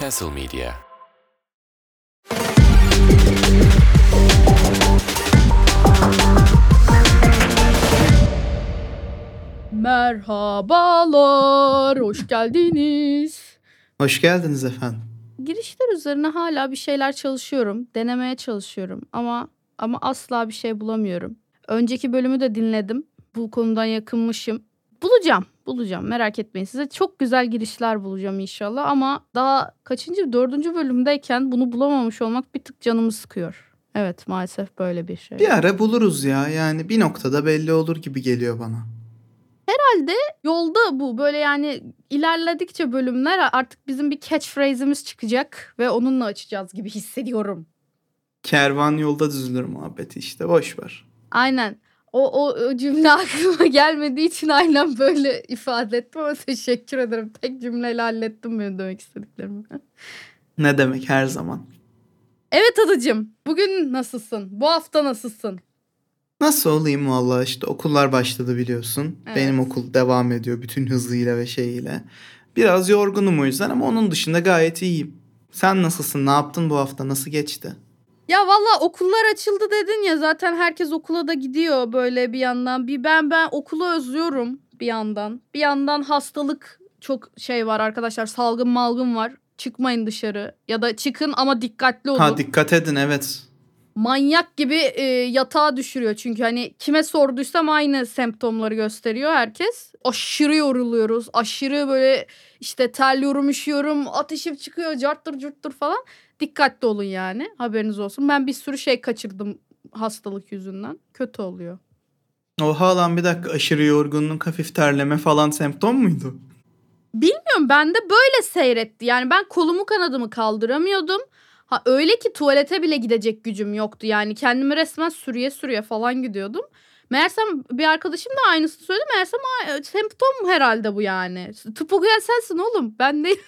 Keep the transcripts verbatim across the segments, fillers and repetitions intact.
Castle Media. Merhabalar, hoş geldiniz. Hoş geldiniz efendim. Girişler üzerine hala bir şeyler çalışıyorum, denemeye çalışıyorum ama ama asla bir şey bulamıyorum. Önceki bölümü de dinledim, bu konudan yakınmışım. Bulacağım, bulacağım merak etmeyin. Size çok güzel girişler bulacağım inşallah ama daha kaçıncı, dördüncü bölümdeyken bunu bulamamış olmak bir tık canımı sıkıyor. Evet, maalesef böyle bir şey. Bir ara buluruz ya, yani bir noktada belli olur gibi geliyor bana. Herhalde yolda bu böyle yani ilerledikçe bölümler artık bizim bir catchphrase'imiz çıkacak ve onunla açacağız gibi hissediyorum. Kervan yolda düzülür muhabbeti işte, boş ver. Aynen. O, o, o cümle aklıma gelmediği için aynen böyle ifade ettim ama teşekkür ederim. Tek cümleyle hallettim benim demek istediklerimi. Ne demek, her zaman. Evet adacığım, bugün nasılsın? Bu hafta nasılsın? Nasıl olayım vallahi, işte okullar başladı biliyorsun. Evet. Benim okul devam ediyor bütün hızıyla ve şeyiyle. Biraz yorgunum o yüzden ama onun dışında gayet iyiyim. Sen nasılsın? Ne yaptın bu hafta? Nasıl geçti? Ya valla okullar açıldı dedin ya, zaten herkes okula da gidiyor böyle bir yandan. Bir ben ben okulu özlüyorum bir yandan. Bir yandan hastalık çok şey var arkadaşlar, salgın malgın var. Çıkmayın dışarı ya da çıkın ama dikkatli olun. Ha, dikkat edin, evet. Manyak gibi e, yatağa düşürüyor çünkü hani kime sorduysam aynı semptomları gösteriyor herkes. Aşırı yoruluyoruz, aşırı böyle işte terliyorum, üşüyorum, ateşim çıkıyor, carttır curttur falan. Dikkatli olun yani, haberiniz olsun. Ben bir sürü şey kaçırdım hastalık yüzünden. Kötü oluyor. Oha lan, bir dakika, aşırı yorgunluk, hafif terleme falan semptom muydu? Bilmiyorum, bende böyle seyretti. Yani ben kolumu kanadımı kaldıramıyordum. Ha öyle ki tuvalete bile gidecek gücüm yoktu. Yani kendimi resmen sürüye sürüye falan gidiyordum. Meğersem bir arkadaşım da aynısını söyledi. Meğersem a- semptom herhalde bu yani. Tıp okuyan sensin oğlum. Ben değil.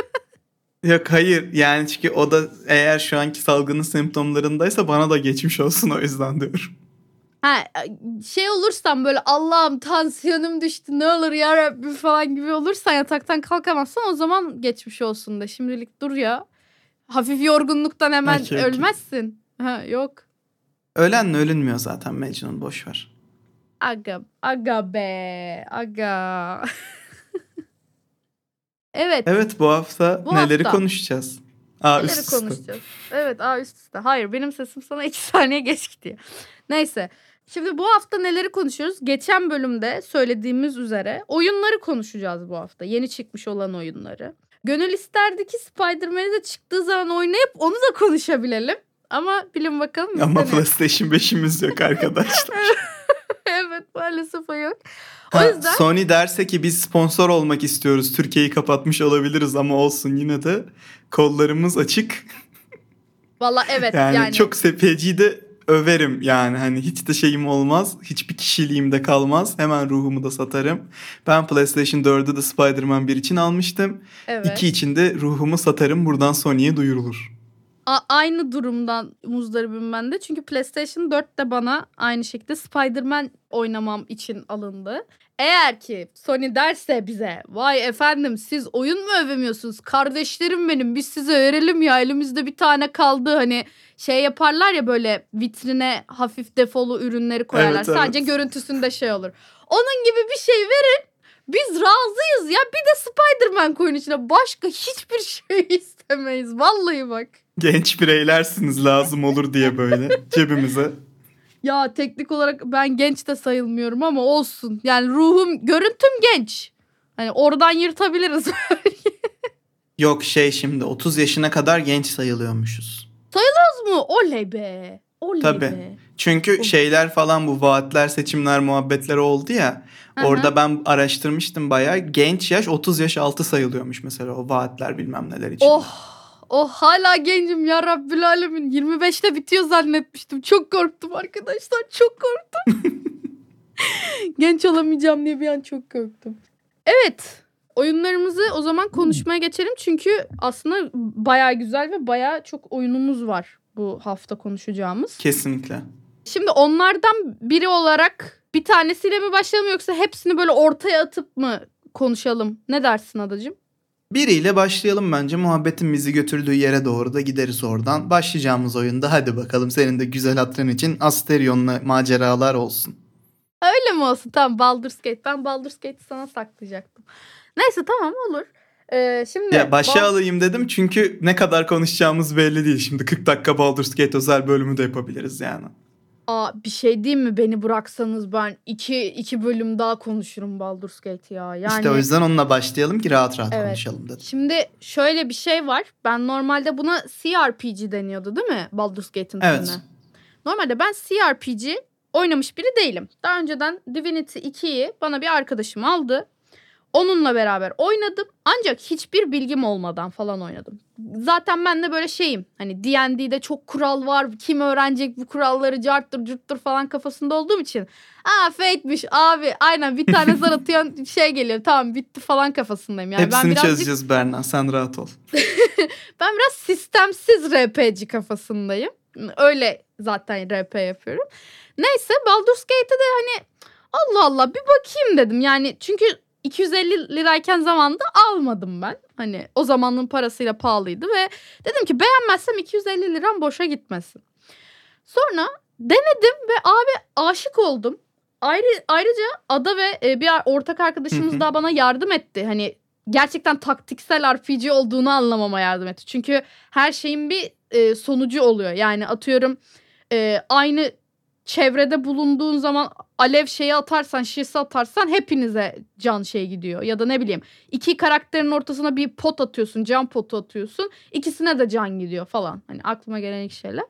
Yok, hayır, yani çünkü o da eğer şu anki salgının semptomlarındaysa bana da geçmiş olsun, o yüzden diyorum. Ha şey olursam böyle Allah'ım tansiyonum düştü ne olur yarabbim falan gibi olursan, yataktan kalkamazsan, o zaman geçmiş olsun da. Şimdilik dur ya. Hafif yorgunluktan hemen Okey, okey. ölmezsin. Ha yok. Ölenle ölünmüyor zaten Mecnun, boş ver. Aga, aga be, aga. Evet. Evet, bu hafta Bu neleri hafta. konuşacağız? Aa, Neleri üst üste. konuşacağız? Evet, aa üst üste. Hayır, benim sesim sana iki saniye geç gidiyor. Neyse. Şimdi bu hafta neleri konuşuyoruz? Geçen bölümde söylediğimiz üzere oyunları konuşacağız bu hafta. Yeni çıkmış olan oyunları. Gönül isterdi ki Spider-Man'i de çıktığı zaman oynayıp onu da konuşabilelim. Ama bilin bakalım Ama istemiyor. PlayStation beşimiz yok arkadaşlar. Evet, maalesef o yok. O Ha, yüzden Sony derse ki biz sponsor olmak istiyoruz, Türkiye'yi kapatmış olabiliriz ama olsun, yine de kollarımız açık. valla evet Yani, yani. çok sepeciyi de överim yani, hani hiç de şeyim olmaz, hiçbir kişiliğim de kalmaz, hemen ruhumu da satarım. Ben PlayStation dördü de Spider-Man bir için almıştım. Evet. iki için de ruhumu satarım, buradan Sony'ye duyurulur. A- aynı durumdan muzdaribim ben de. Çünkü PlayStation dört de bana aynı şekilde Spider-Man oynamam için alındı. Eğer ki Sony derse bize vay efendim siz oyun mu övemiyorsunuz? Kardeşlerim benim, biz size verelim ya, elimizde bir tane kaldı. Hani şey yaparlar ya, böyle vitrine hafif defolu ürünleri koyarlar. Evet, evet. Sadece görüntüsünde şey olur. Onun gibi bir şey verin. Biz razıyız ya. Bir de Spider-Man koyun içine. Başka hiçbir şey istemeyiz. Vallahi bak. Genç bireylersiniz, lazım olur diye böyle cebimize. Ya teknik olarak ben genç de sayılmıyorum ama olsun. Yani ruhum, görüntüm genç. Hani oradan yırtabiliriz. Yok, şey, şimdi otuz yaşına kadar genç sayılıyormuşuz. Az mı? Oley be. Oley Tabii. be. Çünkü Of. şeyler falan, bu vaatler, seçimler muhabbetleri oldu ya. Hı hı. Orada ben araştırmıştım bayağı. Genç yaş otuz yaş altı sayılıyormuş mesela, o vaatler bilmem neler için. Oh. Oh hala gencim ya Rabbil Alemin. yirmi beşte bitiyor zannetmiştim. Çok korktum arkadaşlar. Çok korktum. Genç olamayacağım diye bir an çok korktum. Evet. Oyunlarımızı o zaman konuşmaya geçelim. Çünkü aslında bayağı güzel ve bayağı çok oyunumuz var bu hafta konuşacağımız. Kesinlikle. Şimdi onlardan biri olarak bir tanesiyle mi başlayalım yoksa hepsini böyle ortaya atıp mı konuşalım? Ne dersin adacığım? Biriyle başlayalım bence. Muhabbetin bizi götürdüğü yere doğru da gideriz oradan. Başlayacağımız oyunda hadi bakalım senin de güzel hatırın için Asterion'la maceralar olsun. Öyle mi olsun? Tamam, Baldur's Gate. Ben Baldur's Gate'i sana saklayacaktım. Neyse tamam, olur. Ee, şimdi Ya başa Bal- alayım dedim çünkü ne kadar konuşacağımız belli değil. Şimdi kırk dakika Baldur's Gate özel bölümü de yapabiliriz yani. Aa, bir şey diyeyim mi? Beni bıraksanız ben iki, iki bölüm daha konuşurum Baldur's Gate ya. Yani İşte o yüzden onunla başlayalım ki rahat rahat Evet. konuşalım dedim. Şimdi şöyle bir şey var. Ben normalde buna C R P G deniyordu değil mi? Baldur's Gate'in Evet. türüne. Normalde ben C R P G oynamış biri değilim. Daha önceden Divinity ikiyi bana bir arkadaşım aldı. Onunla beraber oynadım. Ancak hiçbir bilgim olmadan falan oynadım. Zaten ben de böyle şeyim. Hani D and D'de çok kural var. Kim öğrenecek bu kuralları, carttır curttur falan kafasında olduğum için. Aa, Fate'miş abi. Aynen, bir tane zar atıyorsun, şey geliyor. Tamam, bitti falan kafasındayım. Yani ben Hepsini birazcık, çözeceğiz Berna, sen rahat ol. ben biraz sistemsiz R P G kafasındayım. Öyle zaten R P yapıyorum. Neyse, Baldur's Gate'e de hani Allah Allah bir bakayım dedim. Yani çünkü iki yüz elli lirayken zamanında almadım ben. Hani o zamanın parasıyla pahalıydı ve dedim ki beğenmezsem iki yüz elli liram boşa gitmesin. Sonra denedim ve abi aşık oldum. Ayrı, ayrıca Ada ve e, bir ar- ortak arkadaşımız daha bana yardım etti. Hani gerçekten taktiksel R P G olduğunu anlamama yardım etti. Çünkü her şeyin bir e, sonucu oluyor. Yani atıyorum e, aynı çevrede bulunduğun zaman alev şeyi atarsan, şişesi atarsan hepinize can şey gidiyor. Ya da ne bileyim, iki karakterin ortasına bir pot atıyorsun, can potu atıyorsun. İkisine de can gidiyor falan. Hani aklıma gelen ilk şeyler.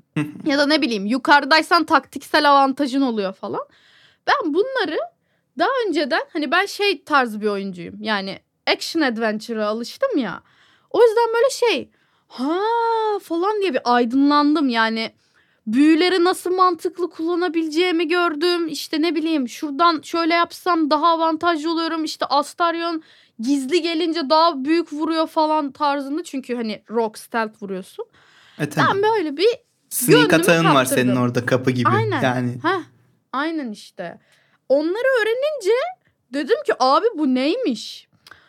Ya da ne bileyim, yukarıdaysan taktiksel avantajın oluyor falan. Ben bunları daha önceden, hani ben şey tarzı bir oyuncuyum. Yani action adventure'a alıştım ya. O yüzden böyle şey, ha falan diye bir aydınlandım. Yani büyüleri nasıl mantıklı kullanabileceğimi gördüm. İşte ne bileyim, şuradan şöyle yapsam daha avantajlı oluyorum. İşte Astarion gizli gelince daha büyük vuruyor falan tarzında. Çünkü hani rock stealth vuruyorsun. E tabii. Ben böyle bir Sneak gönlümü atağın var kaptırdım. senin orada kapı gibi. Aynen. Yani Heh, aynen işte. Onları öğrenince dedim ki abi bu neymiş?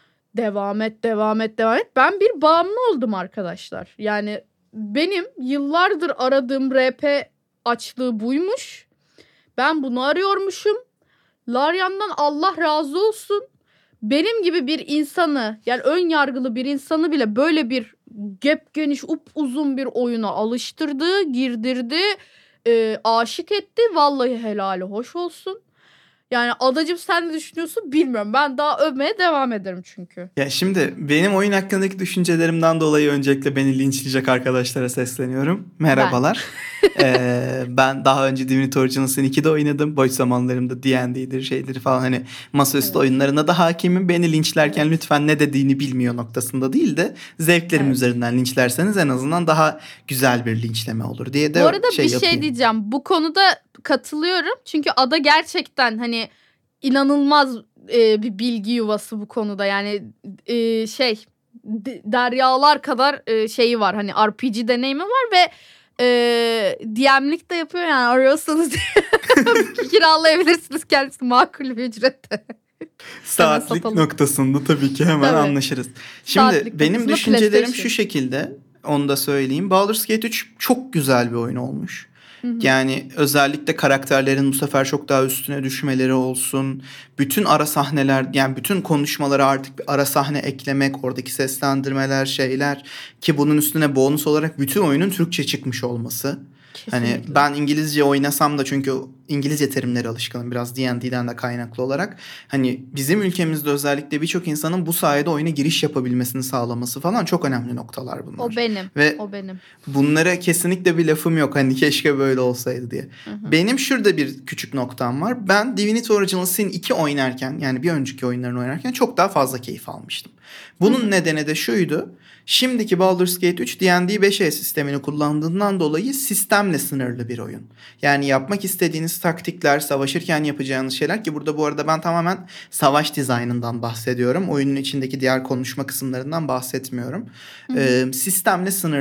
Devam et, devam et, devam et. Ben bir bağımlı oldum arkadaşlar. Yani benim yıllardır aradığım R P açlığı buymuş. Ben bunu arıyormuşum. Larian'dan Allah razı olsun. Benim gibi bir insanı, yani ön yargılı bir insanı bile böyle bir gep geniş upuzun bir oyuna alıştırdı, girdirdi, e, aşık etti. Vallahi helali hoş olsun. Yani Adacığım, sen ne düşünüyorsun bilmiyorum. Ben daha övmeye devam ederim çünkü. ya şimdi benim oyun hakkındaki düşüncelerimden dolayı öncelikle beni linçleyecek arkadaşlara sesleniyorum. Merhabalar. ee, ben daha önce Divinity Original Sin ikide oynadım. Boş zamanlarımda D and D'dir şeydir falan, hani masaüstü Evet. oyunlarına da hakimim. Beni linçlerken Evet. lütfen ne dediğini bilmiyor noktasında değil de zevklerim Evet. üzerinden linçlerseniz en azından daha güzel bir linçleme olur diye de Bu arada şey bir yapayım. şey diyeceğim. Bu konuda katılıyorum. Çünkü Ada gerçekten hani inanılmaz e, bir bilgi yuvası bu konuda. Yani e, şey d- deryalar kadar e, şeyi var. Hani R P G deneyimi var ve e, D M'lik de yapıyor, yani arıyorsanız kiralayabilirsiniz kendisi makul bir ücrette. Saatlik satalım. noktasında tabii ki hemen Tabii. anlaşırız. Şimdi Saatlik benim noktasında düşüncelerim PlayStation. şu şekilde, onu da söyleyeyim. Baldur's Gate üç çok güzel bir oyun olmuş. Hı hı. Yani özellikle karakterlerin bu sefer çok daha üstüne düşmeleri olsun. Bütün ara sahneler, yani bütün konuşmalara artık bir ara sahne eklemek, oradaki seslendirmeler, şeyler, ki bunun üstüne bonus olarak bütün oyunun Türkçe çıkmış olması. Hani Kesinlikle. ben İngilizce oynasam da, çünkü İngilizce terimleri alışkınım biraz D and D'den de kaynaklı olarak. Hani bizim ülkemizde özellikle birçok insanın bu sayede oyuna giriş yapabilmesini sağlaması falan çok önemli noktalar bunlar. O benim. Ve O benim. bunlara kesinlikle bir lafım yok, hani keşke böyle olsaydı diye. Hı hı. Benim şurada bir küçük noktam var. Ben Divinity Original Sin iki oynarken, yani bir önceki oyunlarını oynarken çok daha fazla keyif almıştım. Bunun Hı hı. nedeni de şuydu. Şimdiki Baldur's Gate üç D and D beş E sistemini kullandığından dolayı sistemle sınırlı bir oyun. Yani yapmak istediğiniz taktikler, savaşırken yapacağınız şeyler, ki burada bu arada ben tamamen savaş dizaynından bahsediyorum. Oyunun içindeki diğer konuşma kısımlarından bahsetmiyorum. Hı hı. Ee, sistemle sınırlı.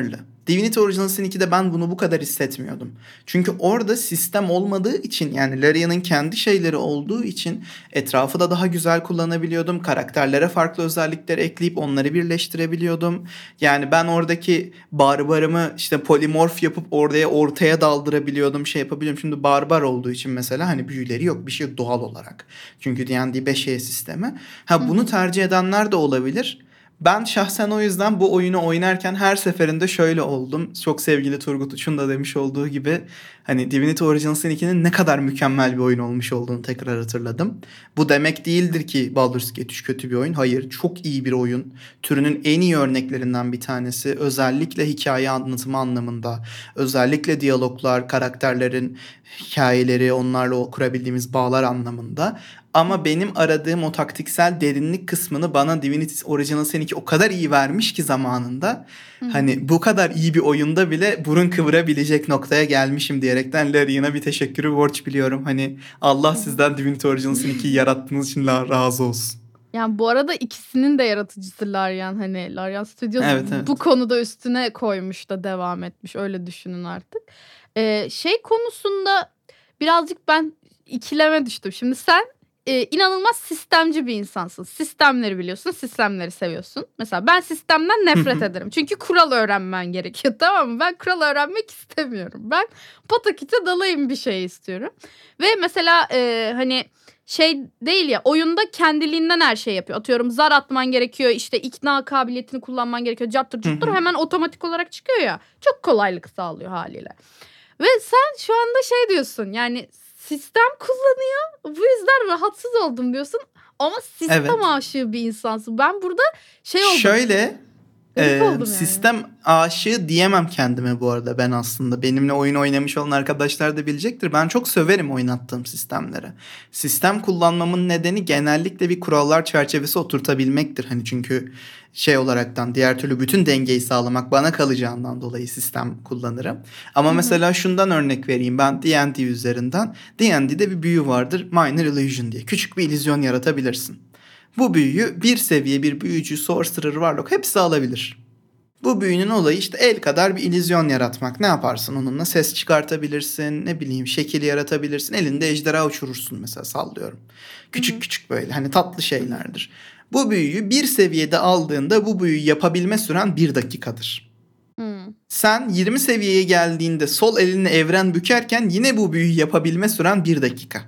Divinity Original Sin ikide ben bunu bu kadar hissetmiyordum. Çünkü orada sistem olmadığı için, yani Larian'ın kendi şeyleri olduğu için etrafı da daha güzel kullanabiliyordum. Karakterlere farklı özellikler ekleyip onları birleştirebiliyordum. Yani ben oradaki barbarımı işte polimorf yapıp oraya ortaya daldırabiliyordum, şey yapabiliyorum. Şimdi barbar olduğu için mesela hani büyüleri yok, bir şey yok doğal olarak. Çünkü D and D beş E sistemi. Ha, bunu tercih edenler de olabilir. Ben şahsen o yüzden bu oyunu oynarken her seferinde şöyle oldum. Çok sevgili Turgut Uç'un da demiş olduğu gibi hani Divinity Original Sin ikinin ne kadar mükemmel bir oyun olmuş olduğunu tekrar hatırladım. Bu demek değildir ki Baldur's Gate üç kötü bir oyun. Hayır, çok iyi bir oyun. Türünün en iyi örneklerinden bir tanesi. Özellikle hikaye anlatımı anlamında. Özellikle diyaloglar, karakterlerin hikayeleri, onlarla kurabildiğimiz bağlar anlamında. Ama benim aradığım o taktiksel derinlik kısmını bana Divinity Original Sin iki o kadar iyi vermiş ki zamanında. Hı. Hani bu kadar iyi bir oyunda bile burun kıvırabilecek noktaya gelmişim diyerekten Larian'a bir teşekkürü borç biliyorum. Hani Allah sizden Divinity Original Sin ikiyi yarattığınız için razı olsun. Yani bu arada ikisinin de yaratıcısı Larian, hani Larian Studios evet, evet. bu konuda üstüne koymuş da devam etmiş, öyle düşünün artık. Ee, şey konusunda birazcık ben ikileme düştüm. Şimdi sen e, inanılmaz sistemci bir insansın. Sistemleri biliyorsun, sistemleri seviyorsun. Mesela ben sistemden nefret ederim. Çünkü kural öğrenmen gerekiyor, tamam mı? Ben kural öğrenmek istemiyorum. Ben patakite dalayım bir şey istiyorum. Ve mesela e, hani şey değil ya, oyunda kendiliğinden her şey yapıyor. Atıyorum zar atman gerekiyor, işte ikna kabiliyetini kullanman gerekiyor. Carttır cuttur hemen otomatik olarak çıkıyor ya. Çok kolaylık sağlıyor haliyle. Ve sen şu anda şey diyorsun, yani sistem kullanıyor, bu yüzden rahatsız oldum diyorsun. Ama sistem evet. aşığı bir insansın. Ben burada şey oldum. Şöyle e, sistem yani. aşığı diyemem kendime bu arada ben aslında. Benimle oyun oynamış olan arkadaşlar da bilecektir. Ben çok söverim oynattığım sistemleri. Sistem kullanmamın nedeni genellikle bir kurallar çerçevesi oturtabilmektir. Hani çünkü şey olaraktan diğer türlü bütün dengeyi sağlamak bana kalacağından dolayı sistem kullanırım. Ama Hı-hı. mesela şundan örnek vereyim ben D and D üzerinden. D and D'de bir büyü vardır, Minor Illusion diye. Küçük bir illüzyon yaratabilirsin. Bu büyüyü bir seviye bir büyücü, sorcerer, warlock hepsi alabilir. Bu büyünün olayı işte el kadar bir illüzyon yaratmak. Ne yaparsın onunla? Ses çıkartabilirsin, ne bileyim şekil yaratabilirsin. Elinde ejderha uçurursun mesela, sallıyorum. Küçük Hı-hı. küçük böyle hani tatlı şeylerdir. Bu büyüyü bir seviyede aldığında bu büyüyü yapabilme süren bir dakikadır. Hı. Sen yirmi seviyeye geldiğinde sol elinle evren bükerken yine bu büyüyü yapabilme süren bir dakika.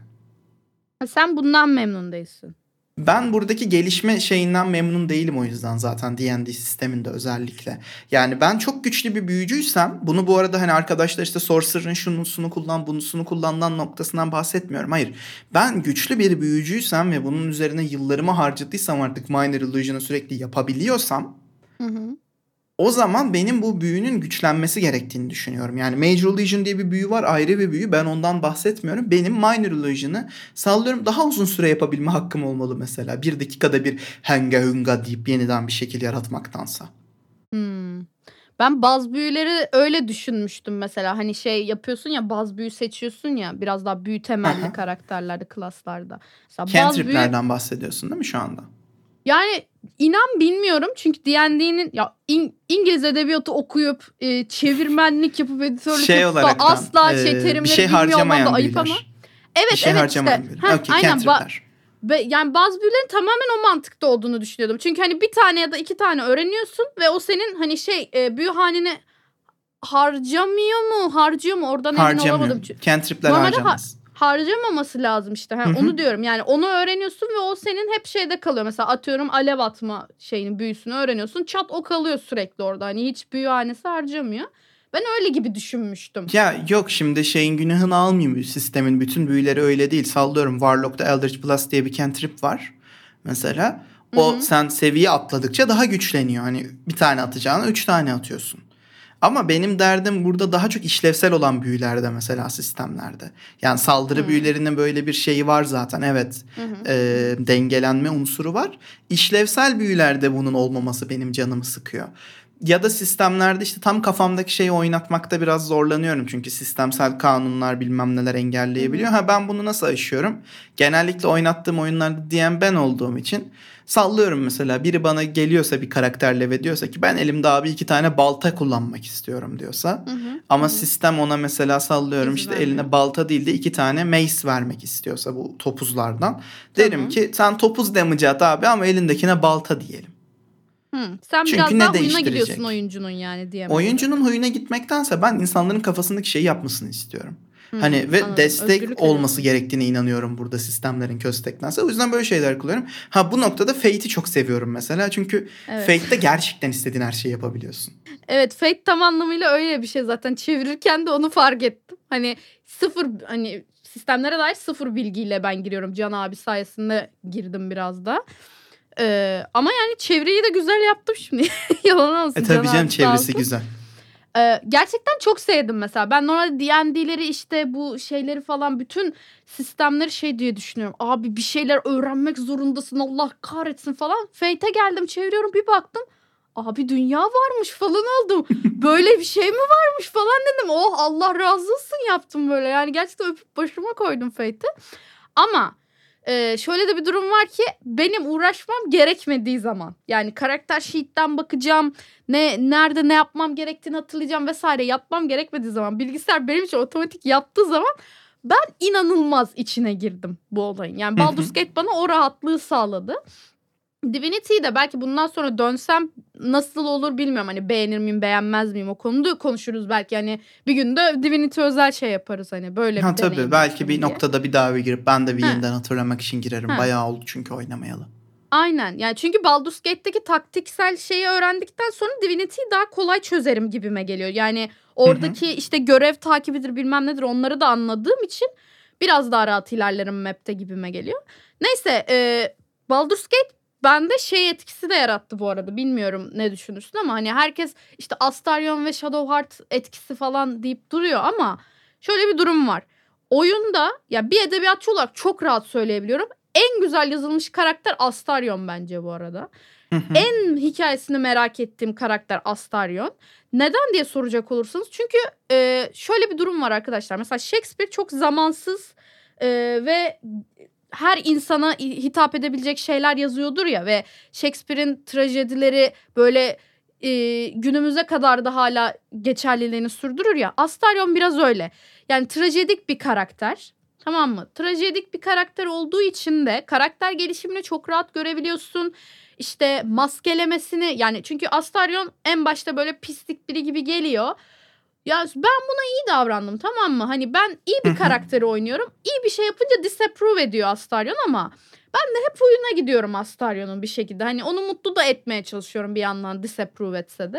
Sen bundan memnun değilsin. Ben buradaki gelişme şeyinden memnun değilim o yüzden zaten D and D sisteminde özellikle. Yani ben çok güçlü bir büyücüysem, bunu bu arada hani arkadaşlar işte Sorcerer'ın şunusunu kullan bunusunu kullandan noktasından bahsetmiyorum. Hayır, ben güçlü bir büyücüysem ve bunun üzerine yıllarımı harcadıysam, artık Minor Illusion'ı sürekli yapabiliyorsam hı hı. o zaman benim bu büyünün güçlenmesi gerektiğini düşünüyorum. Yani Major Illusion diye bir büyü var, ayrı bir büyü. Ben ondan bahsetmiyorum. Benim Minor Illusion'ı sallıyorum daha uzun süre yapabilme hakkım olmalı mesela. Bir dakikada bir henga hünga deyip yeniden bir şekil yaratmaktansa. Hmm. Ben baz büyüleri öyle düşünmüştüm mesela. Hani şey yapıyorsun ya, baz büyü seçiyorsun ya, biraz daha büyü temelli Aha. karakterlerde, klaslarda. Cantrip'lerden büyü... bahsediyorsun değil mi şu anda? Yani inan bilmiyorum çünkü D and D'nin ya in, İngiliz edebiyatı okuyup e, çevirmenlik yapıp editörlük şey yapıp da asla şey terimleri şey bilmiyor olmam da ayıp ama. Evet şey evet işte. Ha, okay, aynen. Ba- Be, yani bazı büyülerin tamamen o mantıkta olduğunu düşünüyordum. Çünkü hani bir tane ya da iki tane öğreniyorsun ve o senin hani şey e, büyü haneni harcamıyor mu? Harcıyor mu? Oradan emin olamadım. Cantrip'ler harcamaz. Ha- harcamaması lazım işte. Ha, onu diyorum. Yani onu öğreniyorsun ve o senin hep şeyde kalıyor. Mesela atıyorum alev atma şeyini, büyüsünü öğreniyorsun. Çat o kalıyor sürekli orada. Hani hiç büyü hanesi harcamıyor. Ben öyle gibi düşünmüştüm. Ya yok, şimdi şeyin günahını almayayım, sistemin bütün büyüleri öyle değil. Sallıyorum Warlock'ta Eldritch Blast diye bir cantrip var. Mesela o Hı-hı. sen seviye atladıkça daha güçleniyor. Hani bir tane atacağına üç tane atıyorsun. Ama benim derdim burada daha çok işlevsel olan büyülerde, mesela sistemlerde. Yani saldırı hmm. büyülerinin böyle bir şeyi var zaten. Evet, e, dengelenme unsuru var. İşlevsel büyülerde bunun olmaması benim canımı sıkıyor. Ya da sistemlerde işte tam kafamdaki şeyi oynatmakta biraz zorlanıyorum. Çünkü sistemsel kanunlar bilmem neler engelleyebiliyor. Hmm. Ha, ben bunu nasıl aşıyorum? Genellikle oynattığım oyunlarda diyen ben olduğum için Sallıyorum mesela biri bana geliyorsa bir karakterle ve diyorsa ki ben elimde abi iki tane balta kullanmak istiyorum diyorsa. Hı hı. Ama Hı hı. sistem ona mesela sallıyorum İzin işte vermiyor. eline balta değil de iki tane mace vermek istiyorsa bu topuzlardan. Derim Tamam. ki sen topuz damage at abi ama elindekine balta diyelim. Hı. Sen Çünkü biraz ne daha huyuna gidiyorsun değiştirecek? oyuncunun yani D M olarak. Oyuncunun huyuna gitmektense ben insanların kafasındaki şeyi yapmasını istiyorum. Hı, Hani ve anladım. destek Özgürlük olması veriyorsun. gerektiğine inanıyorum burada sistemlerin kösteklense. O yüzden böyle şeyler kullanıyorum. Ha bu noktada Fate'i çok seviyorum mesela. Çünkü Evet. Fate'de gerçekten istediğin her şeyi yapabiliyorsun. Evet, Fate tam anlamıyla öyle bir şey zaten. Çevirirken de onu fark ettim. Hani sıfır hani sistemlere dair sıfır bilgiyle ben giriyorum. Can abi sayesinde girdim biraz da. Ee, ama yani çeviriyi de güzel yaptım şimdi. Yalan E olsun, Can tabii canım, abi sağ çevresi olsun. güzel. Ee, gerçekten çok sevdim mesela. Ben normalde D and D'leri işte bu şeyleri falan bütün sistemleri şey diye düşünüyorum. Abi bir şeyler öğrenmek zorundasın, Allah kahretsin falan. Fate'e geldim, çeviriyorum, bir baktım. Abi dünya varmış falan oldum. Böyle bir şey mi varmış falan dedim. Oh Allah razı olsun yaptım böyle. Yani gerçekten öpüp başıma koydum Fate'i. Ama e, şöyle de bir durum var ki benim uğraşmam gerekmediği zaman. Yani karakter sheet'ten bakacağım. Ne nerede ne yapmam gerektiğini hatırlayacağım vesaire, yapmam gerekmediği zaman bilgisayar benim için otomatik yaptığı zaman ben inanılmaz içine girdim bu olayın. Yani Hı Baldur's hı. Gate bana o rahatlığı sağladı. Divinity'yi de belki bundan sonra dönsem nasıl olur bilmiyorum. Hani beğenir miyim, beğenmez miyim, o konuda konuşuruz belki. Hani bir gün de Divinity özel şey yaparız, hani böyle Ha bir tabii, deneyim belki bir olsun diye. noktada bir daha bir girip ben de bir Ha, yeniden hatırlamak için girerim. ha. Bayağı oldu çünkü oynamayalı. Aynen. Yani çünkü Baldur's Gate'deki taktiksel şeyi öğrendikten sonra Divinity'yi daha kolay çözerim gibime geliyor. Yani Hı hı. oradaki işte görev takibidir bilmem nedir, onları da anladığım için biraz daha rahat ilerlerim map'te gibime geliyor. Neyse, e, Baldur's Gate bende şey etkisi de yarattı bu arada. Bilmiyorum ne düşünürsün ama hani herkes işte Astarion ve Shadowheart etkisi falan deyip duruyor ama şöyle bir durum var. Oyunda ya bir edebiyatçı olarak çok rahat söyleyebiliyorum. En güzel yazılmış karakter Astarion bence bu arada. Hı hı. En hikayesini merak ettiğim karakter Astarion. Neden diye soracak olursanız. Çünkü e, şöyle bir durum var arkadaşlar. Mesela Shakespeare çok zamansız e, ve her insana hitap edebilecek şeyler yazıyordur ya. Ve Shakespeare'in trajedileri böyle e, günümüze kadar da hala geçerliliğini sürdürür ya. Astarion biraz öyle. Yani trajedik bir karakter. Tamam mı? Trajedik bir karakter olduğu için de karakter gelişimini çok rahat görebiliyorsun. İşte maskelemesini, yani çünkü Astarion en başta böyle pislik biri gibi geliyor. Ya ben buna iyi davrandım, tamam mı? Hani ben iyi Hı bir hı. karakteri oynuyorum. İyi bir şey yapınca disapprove ediyor Astarion ama ben de hep huyuna gidiyorum Astarion'un bir şekilde. Hani onu mutlu da etmeye çalışıyorum bir yandan, disapprove etse de.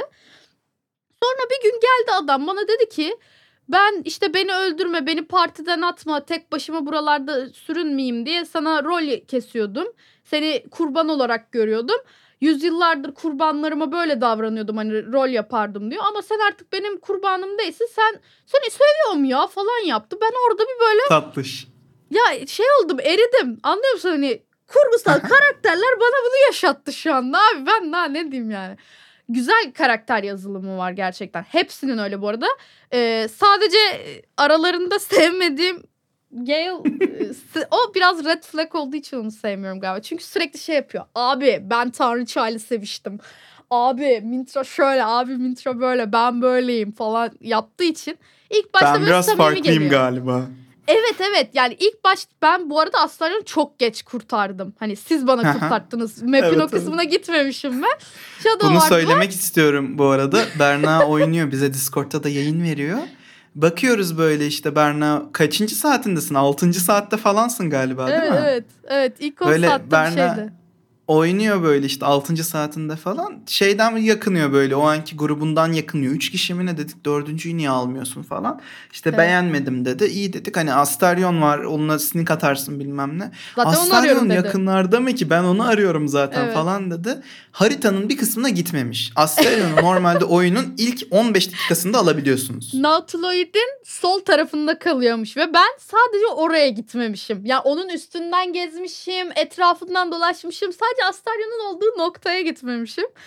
Sonra bir gün geldi adam bana dedi ki ben işte beni öldürme, beni partiden atma, tek başıma buralarda sürünmeyeyim diye sana rol kesiyordum. Seni kurban olarak görüyordum. Yüzyıllardır kurbanlarıma böyle davranıyordum, hani rol yapardım diyor. Ama sen artık benim kurbanım değilsin, sen seni seviyorum ya falan yaptı. Ben orada bir böyle Tatlış. ya şey oldum, eridim, anlıyor musun? Hani kurgusal karakterler bana bunu yaşattı şu anda abi, ben daha ne diyeyim yani. Güzel karakter yazılımı var gerçekten. Hepsinin öyle bu arada. Ee, sadece aralarında sevmediğim Gale, e, o biraz red flag olduğu için onu sevmiyorum galiba. Çünkü sürekli şey yapıyor. Abi ben tanrıçayla seviştim. Abi Mintra şöyle, abi Mintra böyle, ben böyleyim falan yaptığı için ilk başta Ben böyle biraz samimi farklıyım geliyor. galiba. Evet evet, yani ilk baş ben bu arada Aslan'ı çok geç kurtardım. Hani siz bana kurtarttınız. Map'in Evet, o kısmına evet. gitmemişim ben. Shadow Bunu Ward var. söylemek istiyorum bu arada. Berna oynuyor. Bize Discord'ta da yayın veriyor. Bakıyoruz böyle işte Berna kaçıncı saatindesin? Altıncı saatte falansın galiba, değil Evet mi? evet. Evet, ilk on Böyle saatte bir Berna şeydi. oynuyor böyle işte altıncı saatinde falan. Şeyden yakınıyor böyle, o anki grubundan yakınıyor. Üç kişi mi ne dedik, dördüncüyü niye almıyorsun falan. İşte Evet. beğenmedim dedi. İyi dedik, hani Astarion var, onunla sneak atarsın bilmem ne. Zaten onu arıyorum Astarion dedi. yakınlarda mı ki, ben onu arıyorum zaten Evet. falan dedi. Haritanın bir kısmına gitmemiş. Astarion'u normalde oyunun ilk on beş dakikasında alabiliyorsunuz. Nautiloid'in sol tarafında kalıyormuş ve ben sadece oraya gitmemişim. Ya onun üstünden gezmişim, etrafından dolaşmışım. Sadece Astarion'un olduğu noktaya gitmemişim.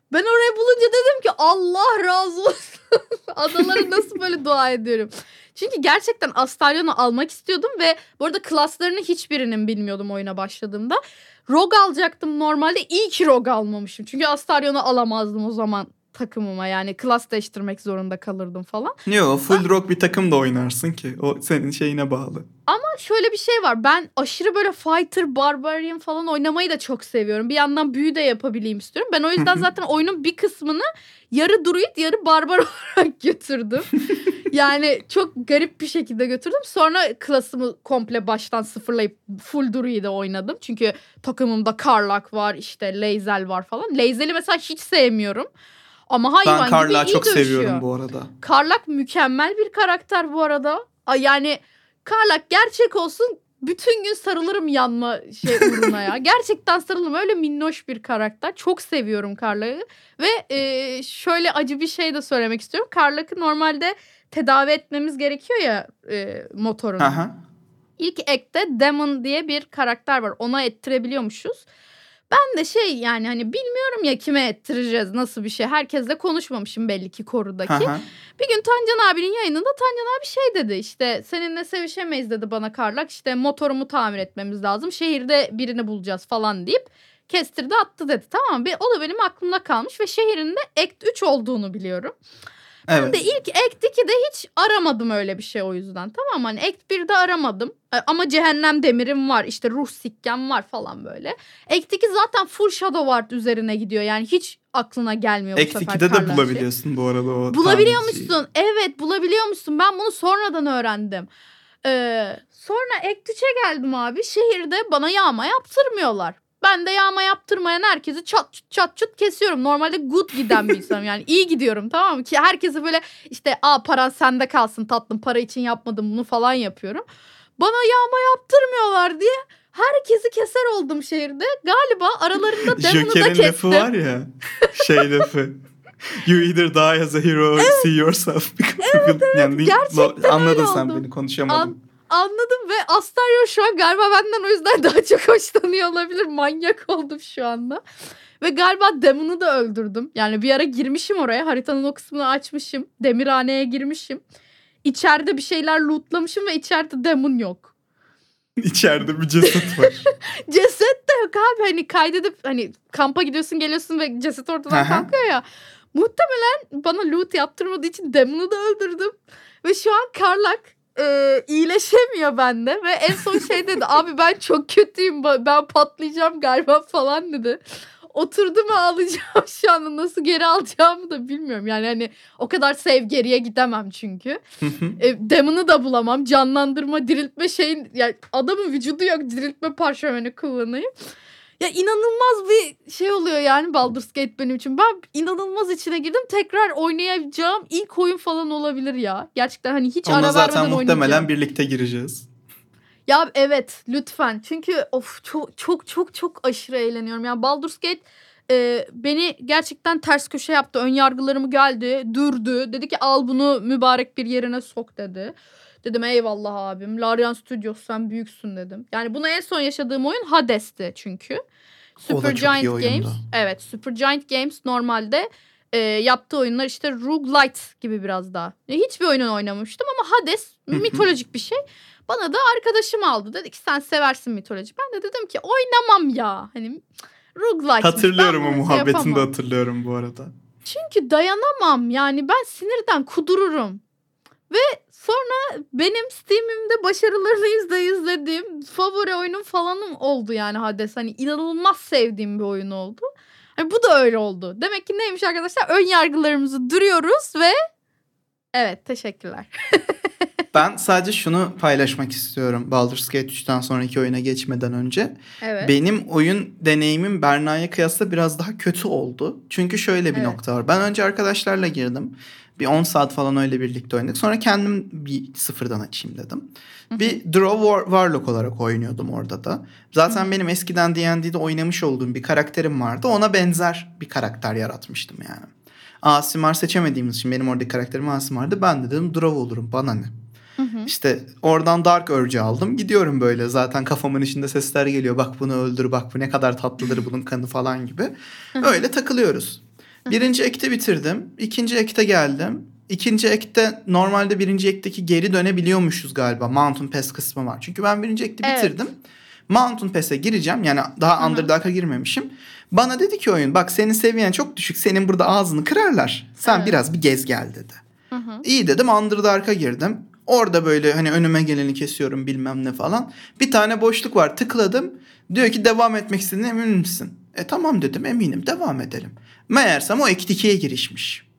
Ben orayı bulunca dedim ki Allah razı olsun. Adalara nasıl böyle dua ediyorum. Çünkü gerçekten Astarion'u almak istiyordum ve bu arada klaslarını hiçbirinin bilmiyordum oyuna başladığımda. Rogue alacaktım normalde. İyi ki Rogue almamışım. Çünkü Astarion'u alamazdım o zaman takımıma. Yani klas değiştirmek zorunda kalırdım falan. Yo, full rock bir takım da oynarsın ki. O senin şeyine bağlı. Ama şöyle bir şey var. Ben aşırı böyle fighter, barbarian falan oynamayı da çok seviyorum. Bir yandan büyü de yapabileyim istiyorum. Ben o yüzden zaten oyunun bir kısmını yarı druid, yarı barbar olarak götürdüm. Yani çok garip bir şekilde götürdüm. Sonra klasımı komple baştan sıfırlayıp full druid'e oynadım. Çünkü takımımda Karlach var, işte Lae'zel var falan. Lae'zel'i mesela hiç sevmiyorum. Ama hayvan Ben gibi Karlach'ı iyi çok dövüşüyor. seviyorum bu arada. Karlach mükemmel bir karakter bu arada. Ay yani Karlach gerçek olsun bütün gün sarılırım yanma şey uğruna ya. Gerçekten sarılırım. Öyle minnoş bir karakter. Çok seviyorum Karlach'ı. Ve e, şöyle acı bir şey de söylemek istiyorum. Karlach'ı normalde tedavi etmemiz gerekiyor ya e, motorunu. Aha. İlk ekte Demon diye bir karakter var. Ona ettirebiliyormuşuz. Ben de şey yani hani bilmiyorum ya kime ettireceğiz nasıl bir şey. Herkesle konuşmamışım belli ki korudaki. Aha. Bir gün Tancan abinin yayınında Tancan abi şey dedi işte seninle sevişemeyiz dedi bana Karlach. İşte motorumu tamir etmemiz lazım. Şehirde birini bulacağız falan deyip kestirdi attı dedi. Tamam mı? O da benim aklımda kalmış ve şehrinde Act üç olduğunu biliyorum. Ben Evet. de ilk Act iki'de hiç aramadım öyle bir şey o yüzden. Tamam hani Act bir'de aramadım. Ama cehennem demirim var. İşte ruh sikkem var falan böyle. Act iki zaten full Shadowheart üzerine gidiyor. Yani hiç aklına gelmiyor bu Act sefer iki'de de Karlach'ı. bulabiliyorsun bu arada o Bulabiliyor tamirciyi. musun? Evet bulabiliyor musun? Ben bunu sonradan öğrendim. Ee, sonra Act üç'e geldim abi. Şehirde bana yağma yaptırmıyorlar. Ben de yağma yaptırmayan herkesi çat çut çat çut kesiyorum. Normalde good giden bir insanım yani iyi gidiyorum tamam mı? Ki herkese böyle işte aa paran sende kalsın tatlım para için yapmadım bunu falan yapıyorum. Bana yağma yaptırmıyorlar diye herkesi keser oldum şehirde. Galiba aralarında Demon'u da Joker'in kestim. lafı var ya şey lafı. You either die as a hero or see yourself. Evet, evet, yani gerçekten anladın öyle sen oldu. beni konuşamadım. An- anladım ve Astarion şu an galiba benden o yüzden daha çok hoşlanıyor olabilir. Manyak oldum şu anda. Ve galiba Demon'u da öldürdüm. Yani bir ara girmişim oraya. Haritanın o kısmını açmışım. Demirhaneye girmişim. İçeride bir şeyler lootlamışım ve içeride Demon yok. İçeride bir ceset var. Ceset de yok abi. Hani kaydedip hani kampa gidiyorsun geliyorsun ve ceset ortadan Aha. kalkıyor ya. Muhtemelen bana loot yaptırmadığı için Demon'u da öldürdüm. Ve şu an Karlach e, iyileşemiyor bende. Ve en son şey dedi. Abi ben çok kötüyüm. Ben patlayacağım galiba falan dedi. Oturdu mu alacağım şu anda. Nasıl geri alacağımı da bilmiyorum. Yani hani o kadar save geriye gidemem çünkü. e, Demon'u da bulamam. Canlandırma, diriltme şeyin... Yani adamın vücudu yok. Diriltme parşömeni kullanayım. Ya inanılmaz bir şey oluyor yani Baldur's Gate benim için. Ben inanılmaz içine girdim. Tekrar oynayacağım ilk oyun falan olabilir ya. Gerçekten hani hiç Ona ara zaten vermeden muhtemelen oynayacağım. birlikte gireceğiz. Ya evet lütfen. Çünkü of çok çok çok çok aşırı eğleniyorum. Yani Baldur's Gate e, beni gerçekten ters köşe yaptı. Ön yargılarımı geldi, dürdü. Dedi ki al bunu mübarek bir yerine sok dedi. Dedim eyvallah abim. Larian Studios sen büyüksün dedim. Yani bunu en son yaşadığım oyun Hades'ti çünkü. O da çok iyi oyundu. Games. Evet, Supergiant Games normalde e, yaptığı oyunlar işte roguelite gibi biraz daha. E, hiçbir oyunun oynamamıştım ama Hades mitolojik bir şey. Bana da arkadaşım aldı. Dedi ki sen seversin mitoloji. Ben de dedim ki oynamam ya. Hani roguelite. Hatırlıyorum o şey muhabbetini de hatırlıyorum bu arada. Çünkü dayanamam yani ben sinirden kudururum. Ve sonra benim Steam'imde başarılarını yüzde izlediğim favori oyunum falanım oldu yani Hades. Hani inanılmaz sevdiğim bir oyun oldu. Hani bu da öyle oldu. Demek ki neymiş arkadaşlar? Ön yargılarımızı duruyoruz ve evet teşekkürler. Ben sadece şunu paylaşmak istiyorum Baldur's Gate üçten sonraki oyuna geçmeden önce. Evet. Benim oyun deneyimim Berna'ya kıyasla biraz daha kötü oldu. Çünkü şöyle bir Evet. nokta var. Ben önce arkadaşlarla girdim. Bir on saat falan öyle birlikte oynadık. Sonra kendim bir sıfırdan açayım dedim. Bir Drow War- Warlock olarak oynuyordum orada da. Zaten benim eskiden D and D'de oynamış olduğum bir karakterim vardı. Ona benzer bir karakter yaratmıştım yani. Aasimar seçemediğimiz için benim oradaki karakterim Aasimar'dı. Ben de dedim Drow olurum bana ne. Hı hı. İşte oradan Dark Urge'ü aldım. Gidiyorum böyle zaten kafamın içinde sesler geliyor. Bak bunu öldür, bak bu ne kadar tatlıdır bunun kanı falan gibi. Öyle takılıyoruz. Birinci ekti bitirdim. İkinci ekte geldim. İkinci ekte normalde birinci ekteki geri dönebiliyormuşuz galiba. Mountain Pass kısmı var. Çünkü ben birinci ekti Evet. bitirdim. Mountain Pass'e gireceğim. Yani daha Hı hı. Underdark'a girmemişim. Bana dedi ki oyun bak senin seviyen çok düşük. Senin burada ağzını kırarlar. Sen Evet. biraz bir gez gel dedi. Hı hı. İyi dedim, Underdark'a girdim. Orada böyle hani önüme geleni kesiyorum bilmem ne falan. Bir tane boşluk var, tıkladım. Diyor ki devam etmek istediğine emin misin? E tamam dedim, eminim, devam edelim. Meğersem o Act ikiye girişmiş.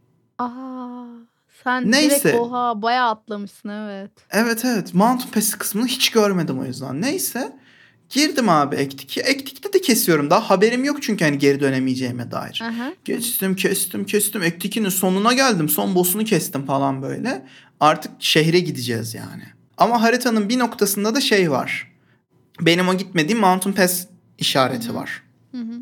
Aa, sen direkt Neyse. oha bayağı atlamışsın, evet. Evet evet, Mountain Pass kısmını hiç görmedim o yüzden. Neyse girdim abi Act ikiye. Act ikide de kesiyorum. Daha haberim yok çünkü hani geri dönemeyeceğime dair. Hı hı. Kestim kestim kestim. Act ikinin sonuna geldim. Son boss'unu kestim falan böyle. Artık şehre gideceğiz yani. Ama haritanın bir noktasında da şey var. Benim o gitmediğim Mountain Pass işareti Hı hı. var. Hı hı.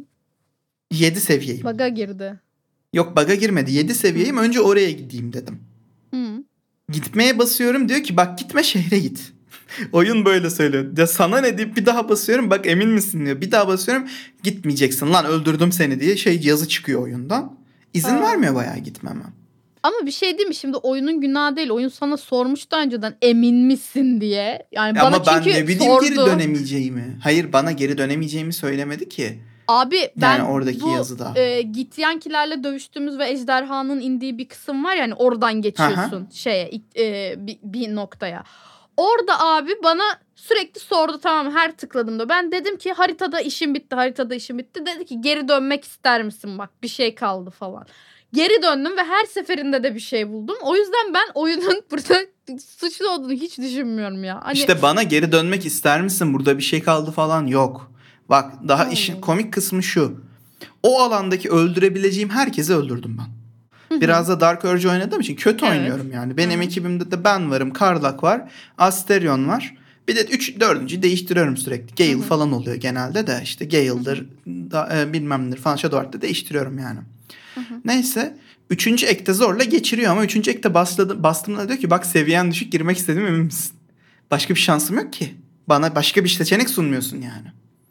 yedi seviyeyim. Bug'a girdi. Yok, bug'a girmedi. yedi seviyeyim. Önce oraya gideyim dedim. Hı. Gitmeye basıyorum, diyor ki bak gitme, şehre git. Oyun böyle söylüyor. Ya sana ne deyip bir daha basıyorum, bak emin misin diyor. Bir daha basıyorum, gitmeyeceksin lan, öldürdüm seni diye şey yazı çıkıyor oyundan. İzin Aa. vermiyor bayağı gitmeme. Ama bir şey değil mi? Şimdi oyunun günahı değil. Oyun sana sormuştu önceden emin misin diye. Yani bana Ama ben çünkü ne bileyim sordu. geri dönemeyeceğimi. Hayır, bana geri dönemeyeceğimi söylemedi ki. Abi ben Yani oradaki bu yazıda. e, Githyankilerle dövüştüğümüz ve ejderhanın indiği bir kısım var, yani oradan geçiyorsun şeye e, bir, bir noktaya. Orada abi bana sürekli sordu, tamam, her tıkladığımda. Ben dedim ki haritada işim bitti, haritada işim bitti. Dedi ki geri dönmek ister misin, bak bir şey kaldı falan. Geri döndüm ve her seferinde de bir şey buldum. O yüzden ben oyunun burada suçlu olduğunu hiç düşünmüyorum ya. Hani... İşte bana geri dönmek ister misin, burada bir şey kaldı falan yok. Bak daha Allah işin Allah. komik kısmı şu. O alandaki öldürebileceğim herkesi öldürdüm ben. Hı hı. Biraz da Dark Urge oynadığım için kötü Evet. oynuyorum yani. Benim Hı. ekibimde de ben varım, Karlak var, Asterion var. Bir de üç dördüncü değiştiriyorum sürekli. Gale Hı hı. falan oluyor genelde de, işte Gale'dır da, e, bilmem nedir falan, Shadowheart'ta değiştiriyorum yani. Hı hı. Neyse üçüncü ekte zorla geçiriyor ama üçüncü ekte bastım, bastığımda diyor ki bak seviyen düşük, girmek istedim, emin misin? Başka bir şansım yok ki. Bana başka bir seçenek sunmuyorsun yani.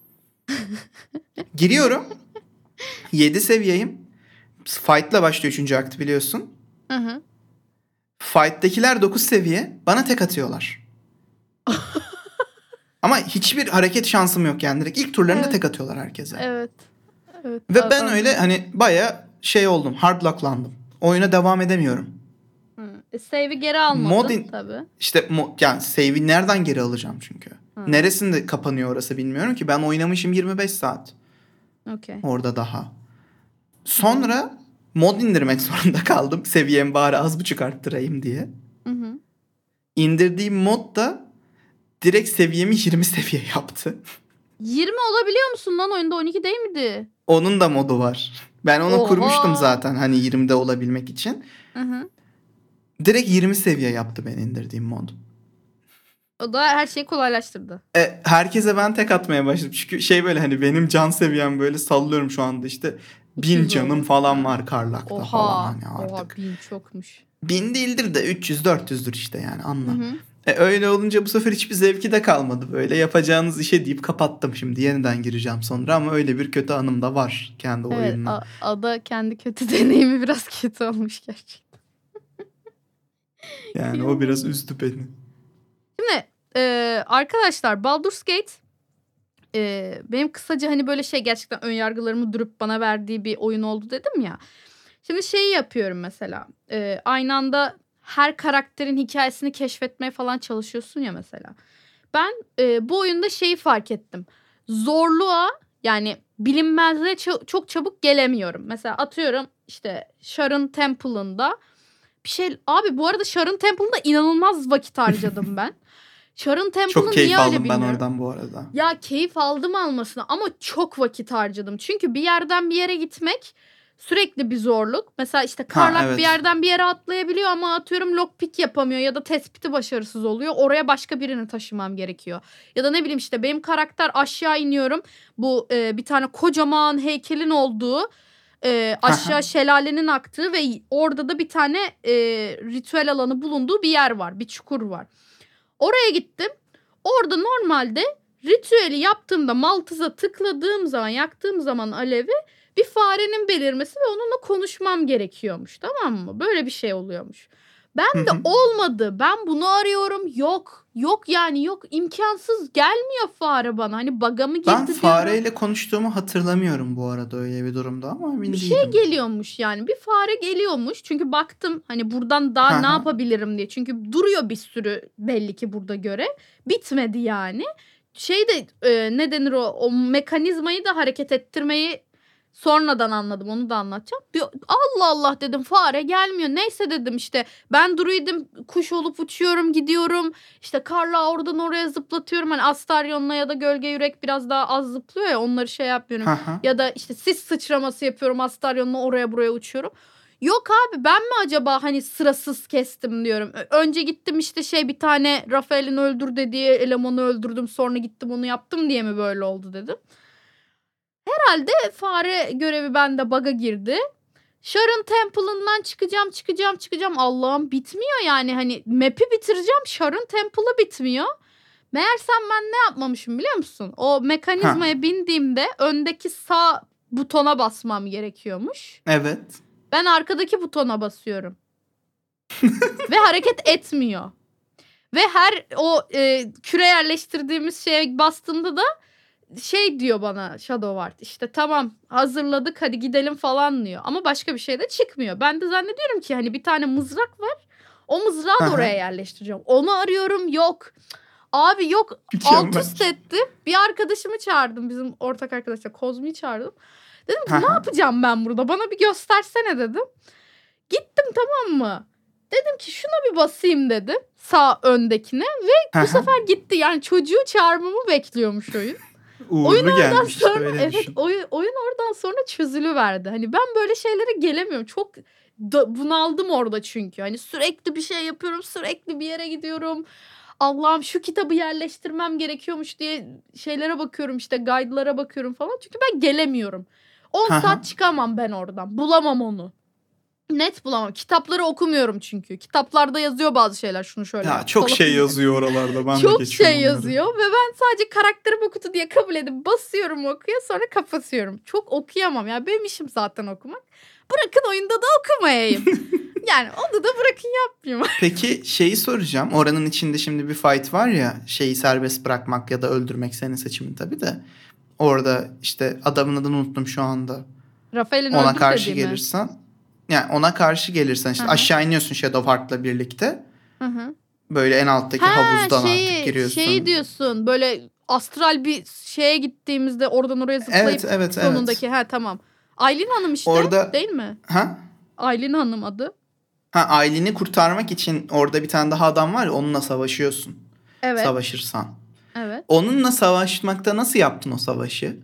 Giriyorum. yedi seviyeyim. Fight'la başlıyor üçüncü akt, biliyorsun. Hı hı. Fight'tekiler dokuz seviye. Bana tek atıyorlar. Ama hiçbir hareket şansım yok yani. Direkt ilk turlarında Evet. tek atıyorlar herkese. Evet. Evet. Ve ben Anladım. öyle hani baya şey oldum. Hard locklandım. Oyuna devam edemiyorum. Hı. E, save'i geri almadın Modin- tabii. İşte mo- yani save'i nereden geri alacağım çünkü. Hı. Neresinde kapanıyor orası bilmiyorum ki. Ben oynamışım yirmi beş saat. Okey. Orada daha. Sonra mod indirmek zorunda kaldım. Seviyemi bari az buçuk arttırayım diye. Hı hı. İndirdiğim mod da direkt seviyemi yirmi seviye yaptı. yirmi olabiliyor musun lan, oyunda on iki değil miydi? Onun da modu var. Ben onu Oha. kurmuştum zaten hani yirmide olabilmek için. Hı hı. Direkt yirmi seviye yaptı ben indirdiğim mod. O da her şeyi kolaylaştırdı. E, herkese ben tek atmaya başladım. Çünkü şey böyle hani benim can seviyem böyle sallıyorum şu anda işte bin iki yüz canım oldu. falan Ha. var Karlak'ta Oha. falan hani artık. Oha, bin çokmuş. Bin değildir de üç yüz dört yüzdür işte yani, anla. Hı hı. E, öyle olunca bu sefer hiçbir zevki de kalmadı böyle. Yapacağınız işe deyip kapattım, şimdi yeniden gireceğim sonra, ama öyle bir kötü anım da var kendi Evet, oyunla. a- Ada kendi kötü deneyimi biraz kötü olmuş gerçekten. Yani o biraz üzdü beni. Şimdi e, arkadaşlar, Baldur's Gate e, benim kısaca hani böyle şey, gerçekten ön yargılarımı durup bana verdiği bir oyun oldu dedim ya. Şimdi şeyi yapıyorum mesela. E, aynı anda her karakterin hikayesini keşfetmeye falan çalışıyorsun ya mesela. Ben e, bu oyunda şeyi fark ettim. Zorluğa, yani bilinmezliğe ça- çok çabuk gelemiyorum. Mesela atıyorum işte Sharon Temple'ında bir şey... Abi bu arada Sharon Temple'da inanılmaz vakit harcadım ben. Sharon Temple'ı Çok keyif niye öyle aldım ben bilmiyorum. oradan bu arada. Ya keyif aldım almasına ama çok vakit harcadım. Çünkü bir yerden bir yere gitmek sürekli bir zorluk. Mesela işte Karlak evet. bir yerden bir yere atlayabiliyor ama atıyorum lockpick yapamıyor ya da tespiti başarısız oluyor. Oraya başka birini taşımam gerekiyor. Ya da ne bileyim işte benim karakter, aşağı iniyorum. Bu e, bir tane kocaman heykelin olduğu, e, aşağı şelalenin aktığı ve orada da bir tane e, ritüel alanı bulunduğu bir yer var. Bir çukur var. Oraya gittim. Orada normalde ritüeli yaptığımda, Maltız'a tıkladığım zaman, yaktığım zaman alevi, Bir farenin belirmesi ve onunla konuşmam gerekiyormuş, tamam mı? Böyle bir şey oluyormuş. Ben de olmadı. Ben bunu arıyorum. Yok. Yok yani yok. İmkansız gelmiyor fare bana. Hani bug'a mı girdi Ben diyorum. fareyle konuştuğumu hatırlamıyorum bu arada öyle bir durumda ama emin Bir değilim. şey geliyormuş yani. Bir fare geliyormuş. Çünkü baktım hani buradan daha ne Hı hı. yapabilirim diye. Çünkü duruyor bir sürü belli ki burada görev. Bitmedi yani. Şey de e, ne denir o, o mekanizmayı da hareket ettirmeyi sonradan anladım. Onu da anlatacağım. Bir, Allah Allah dedim, fare gelmiyor. Neyse dedim işte ben druidim, kuş olup uçuyorum gidiyorum. İşte karla oradan oraya zıplatıyorum. Hani Astaryon'la ya da Gölge Yürek biraz daha az zıplıyor ya, onları şey yapmıyorum. Hı hı. Ya da işte sis sıçraması yapıyorum, Astaryon'la oraya buraya uçuyorum. Yok abi, ben mi acaba hani sırasız kestim diyorum. Ö- Önce gittim işte şey bir tane Rafael'in öldür dediği elemanı öldürdüm. Sonra gittim onu yaptım diye mi böyle oldu dedim. Herhalde fare görevi bende bug'a girdi. Sharon Temple'ından çıkacağım çıkacağım çıkacağım. Allah'ım bitmiyor yani, hani map'i bitireceğim. Sharon Temple'ı bitmiyor. Meğersem ben ne yapmamışım biliyor musun? O mekanizmaya bindiğimde öndeki sağ butona basmam gerekiyormuş. Evet. Ben arkadaki butona basıyorum. Ve hareket etmiyor. Ve her o e, küre yerleştirdiğimiz şeye bastığımda da şey diyor bana Shadowheart, işte tamam hazırladık hadi gidelim falan diyor. Ama başka bir şey de çıkmıyor. Ben de zannediyorum ki hani bir tane mızrak var. O mızrağı da Aha. oraya yerleştireceğim. Onu arıyorum, yok. Abi yok, Mükemmel. alt üst ettim. Bir arkadaşımı çağırdım, bizim ortak arkadaşlar Kozmi'yi çağırdım. Dedim ki ne Aha. yapacağım ben burada, bana bir göstersene dedim. Gittim, tamam mı? Dedim ki şuna bir basayım dedim, sağ öndekine, ve bu Aha. sefer gitti. Yani çocuğu çağırmamı bekliyormuş oyun. Uğurlu Oyun oradan gelmiş işte, sonra öyle evet düşün. oyun, oyun oradan sonra çözülüverdi. Hani ben böyle şeylere gelemiyorum. Çok da, bunaldım orada çünkü. Hani sürekli bir şey yapıyorum, sürekli bir yere gidiyorum. Allah'ım şu kitabı yerleştirmem gerekiyormuş diye şeylere bakıyorum, işte guide'lara bakıyorum falan. Çünkü ben gelemiyorum. on Aha. saat çıkamam ben oradan. Bulamam onu. Net bulamam. Kitapları okumuyorum çünkü. Kitaplarda yazıyor bazı şeyler, şunu şöyle Ya yap çok falan şey diye. yazıyor oralarda, ben de Çok geçiyorum şey onları. yazıyor ve ben sadece karakterim okudu diye kabul edip basıyorum okuya, sonra kapatıyorum. Çok okuyamam ya, benim işim zaten okumak. Bırakın oyunda da okumayayım. Yani onu da bırakın yapmayayım. Peki şeyi soracağım. Oranın içinde şimdi bir fight var ya, şeyi serbest bırakmak ya da öldürmek senin seçimin tabii de. Orada işte adamın adını unuttum şu anda. Rafael'in Ona öldür karşı dediğimi. gelirsen, yani ona karşı gelirsen işte Hı hı. aşağı iniyorsun Shadowheart'la birlikte. Hı hı. Böyle en alttaki Ha havuzdan artık şeyi, giriyorsun. şeyi diyorsun, böyle astral bir şeye gittiğimizde oradan oraya zıplayıp Evet, evet, sonundaki. evet. Ha tamam. Aylin Hanım işte, Orada değil mi? ha? Aylin Hanım adı. Ha, Aylin'i kurtarmak için orada bir tane daha adam var ya, onunla savaşıyorsun. Evet. Savaşırsan. Evet. Onunla savaşmakta nasıl yaptın o savaşı?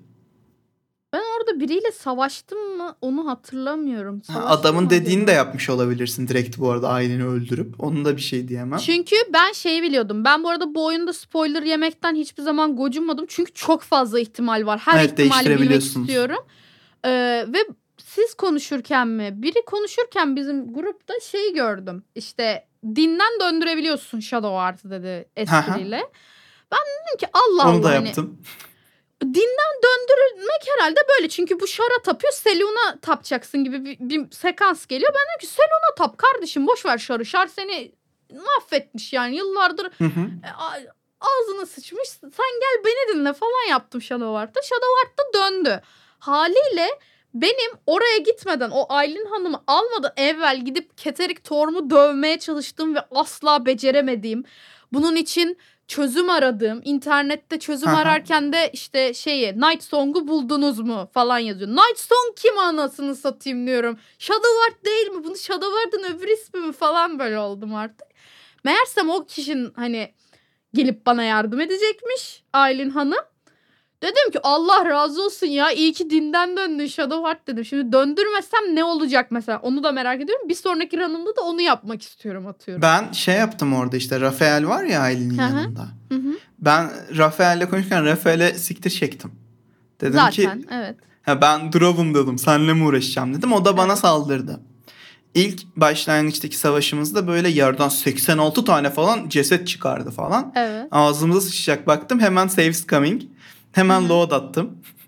Ben orada biriyle savaştım mı onu hatırlamıyorum. Ha, Savaştım adamın mı dediğini acaba? de yapmış olabilirsin direkt bu arada, Aylin'i öldürüp. Onun da bir şey diyemem. Çünkü ben şeyi biliyordum. Ben bu arada bu oyunda spoiler yemekten hiçbir zaman gocunmadım. Çünkü çok fazla ihtimal var. Her Evet, ihtimali bilmek değiştirebiliyorsunuz. istiyorum. Ee, ve siz konuşurken mi? Biri konuşurken bizim grupta şeyi gördüm. İşte dinden döndürebiliyorsun Shadowheart'ı dedi espriyle. Ben dedim ki Allah Onu Allah, da hani yaptım. dinden döndürmek herhalde böyle. Çünkü bu Şar'a tapıyor, Selûne'a tapacaksın gibi bir, bir sekans geliyor. Ben dedim ki Selûne'a tap kardeşim, boş ver Şar'ı. Şar seni mahvetmiş yani yıllardır Hı hı. e, a- ağzına sıçmış. Sen gel beni dinle falan yaptım Shadowheart'ta. Shadowheart da döndü. Haliyle benim oraya gitmeden, o Aylin Hanım'ı almadan evvel gidip Keterik Torm'u dövmeye çalıştığım ve asla beceremediğim, bunun için çözüm aradığım, internette çözüm Aha. ararken de işte şeyi, Night Song'u buldunuz mu falan yazıyor. Night Song kim anasını satayım diyorum. Shadowheart değil mi? Bunu Shadowheart'ın öbür ismi mi falan böyle oldum artık. Meğersem o kişinin hani gelip bana yardım edecekmiş Aylin Hanım. Dedim ki Allah razı olsun ya, iyi ki dinden döndün Shadowheart dedim. Şimdi döndürmesem ne olacak mesela, onu da merak ediyorum. Bir sonraki run'ımda da onu yapmak istiyorum, atıyorum. Ben şey yaptım orada, işte Rafael var ya Aylin'in Hı hı. yanında. Hı hı. Ben Rafael'le konuşurken Rafael'e siktir çektim. Dedim Zaten ki evet. ha, ben Drov'um dedim, seninle mi uğraşacağım dedim. O da bana Evet. saldırdı. İlk başlangıçtaki savaşımızda böyle yerden seksen altı tane falan ceset çıkardı falan. Evet. Ağzımıza sıçacak baktım, hemen saves coming. Hemen Hı hı. load attım.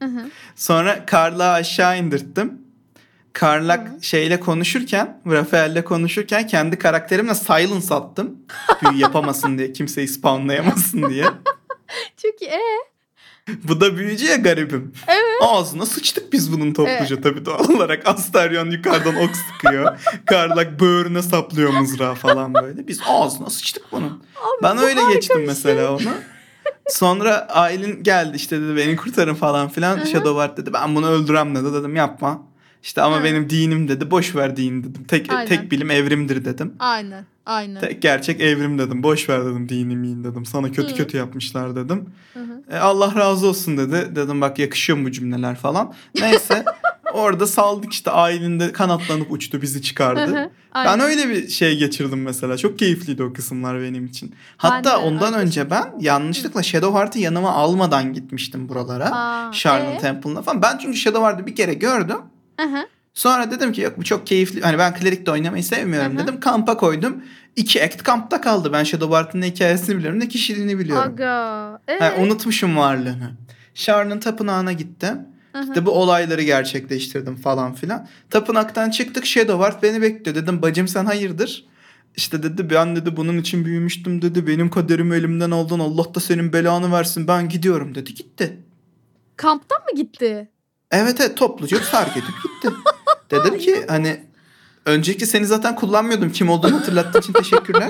Hı hı. Sonra Karlak'ı aşağı indirttim. Karlak Hı. şeyle konuşurken, Raphael'le konuşurken kendi karakterimle silence attım. Büyü yapamasın diye, kimseyi spawnlayamasın diye. Çünkü e Bu da büyücü ya, garibim. evet. Ağzına sıçtık biz bunun topluca tabii doğal olarak. Astaryon yukarıdan ok sıkıyor. Karlak böğrüne saplıyor mızrağı falan böyle. Biz ağzına sıçtık bunun. Abi, Ben bu öyle harika geçtim bir mesela şey. onu. Sonra Aylin geldi işte, dedi beni kurtarın falan filan. Hı hı. Shadowheart dedi ben bunu öldürem dedi. Dedim yapma. İşte ama Hı. benim dinim dedi. Boş ver din dedim. Tek Aynen. tek bilim evrimdir dedim. Aynen. Aynen. Tek gerçek evrim dedim. Boş ver dedim dinim yiyin dedim. Sana kötü Hı. kötü yapmışlar dedim. Hı hı. E, Allah razı olsun dedi. Dedim bak yakışıyor mu bu cümleler falan. Neyse orada saldık işte, Aylin'de kanatlanıp uçtu bizi Hı çıkardı. hı. Ben Aynen. öyle bir şey geçirdim mesela. Çok keyifliydi o kısımlar benim için. Ben Hatta de ondan öyle. önce ben yanlışlıkla Shadowheart'ı yanıma almadan gitmiştim buralara. Aa, Sharlan e? Temple'ına falan. Ben çünkü Shadowheart'ı bir kere gördüm. Hı hı. Sonra dedim ki yok bu çok keyifli. Hani ben Cleric'te oynamayı Hı sevmiyorum hı. dedim. Kampa koydum. İki act kampta kaldı. Ben Shadowheart'ın ne hikayesini biliyorum ne kişiliğini biliyorum. Aga. Ha, E? unutmuşum varlığını. Sharlan tapınağına gittim. Hı hı. İşte bu olayları gerçekleştirdim falan filan. Tapınaktan çıktık, Shadowheart beni bekliyor. Dedim bacım sen hayırdır? İşte dedi ben dedi bunun için büyümüştüm dedi. Benim kaderimi elimden aldın. Allah da senin belanı versin. Ben gidiyorum dedi. Gitti. Kamptan mı gitti? Evet evet topluca sark edip gitti. Dedim ki İnanılmaz. hani önceki seni zaten kullanmıyordum. Kim olduğunu hatırlattığın için teşekkürler.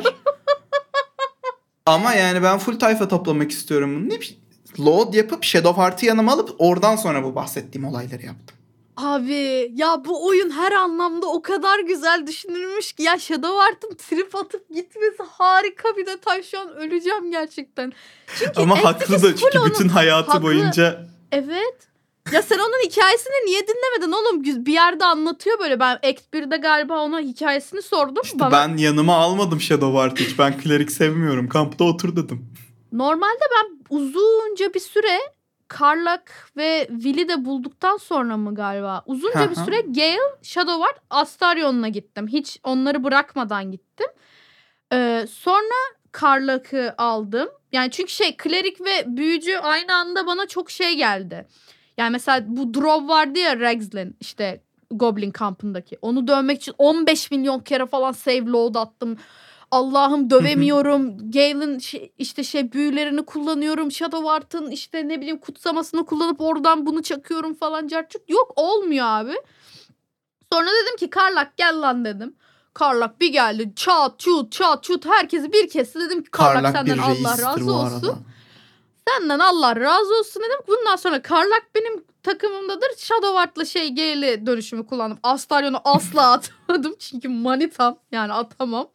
Ama yani ben full tayfa toplamak istiyorum bunu. Ne bir load yapıp Shadowheart'ı yanıma alıp oradan sonra bu bahsettiğim olayları yaptım. Abi ya bu oyun her anlamda o kadar güzel düşünülmüş ki ya Shadowheart'ın trip atıp gitmesi harika bir detay, şu an öleceğim gerçekten. Çünkü Ama haklı Activision da full çünkü onun bütün hayatı haklı. boyunca Evet. Ya sen onun hikayesini niye dinlemedin oğlum? Güz- Bir yerde anlatıyor böyle. Ben Act birde galiba ona hikayesini sordum. işte Bana ben yanıma almadım Shadowheart'ı hiç. Ben klerik sevmiyorum. Kampta otur dedim. normalde ben uzunca bir süre Karlak ve Will'i de bulduktan sonra mı galiba? Uzunca bir Hı hı. süre Gale, Shadowheart, Astarion'la gittim. Hiç onları bırakmadan gittim. Ee, sonra Karlak'ı aldım. Yani çünkü şey, klerik ve büyücü aynı anda bana çok şey geldi. Yani mesela bu Drow vardı ya, Rexlin, işte Goblin kampındaki. Onu dövmek için on beş milyon kere falan save load attım. Allah'ım dövemiyorum. Gale'ın şey, işte şey büyülerini kullanıyorum. Shadowheart'ın işte ne bileyim kutsamasını kullanıp oradan bunu çakıyorum falan. Carçuk. Yok, olmuyor abi. Sonra dedim ki Karlak gel lan dedim. Karlak bir geldi, çat çut çat çut herkesi bir kesti. Dedim ki Karlak Karlak senden bir Allah reistir razı bu olsun. arada. Senden Allah razı olsun dedim. Bundan sonra Karlak benim takımımdadır. Shadowheart'la şey Gale'i dönüşümü kullandım. Astarion'u asla atamadım. Çünkü manitam, yani atamam.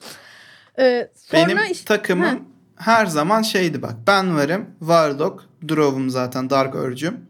Ee, sonra Benim işte... takımım Heh. her zaman şeydi bak. Ben varım. Warlock. Drov'um zaten. Dark Urge'üm.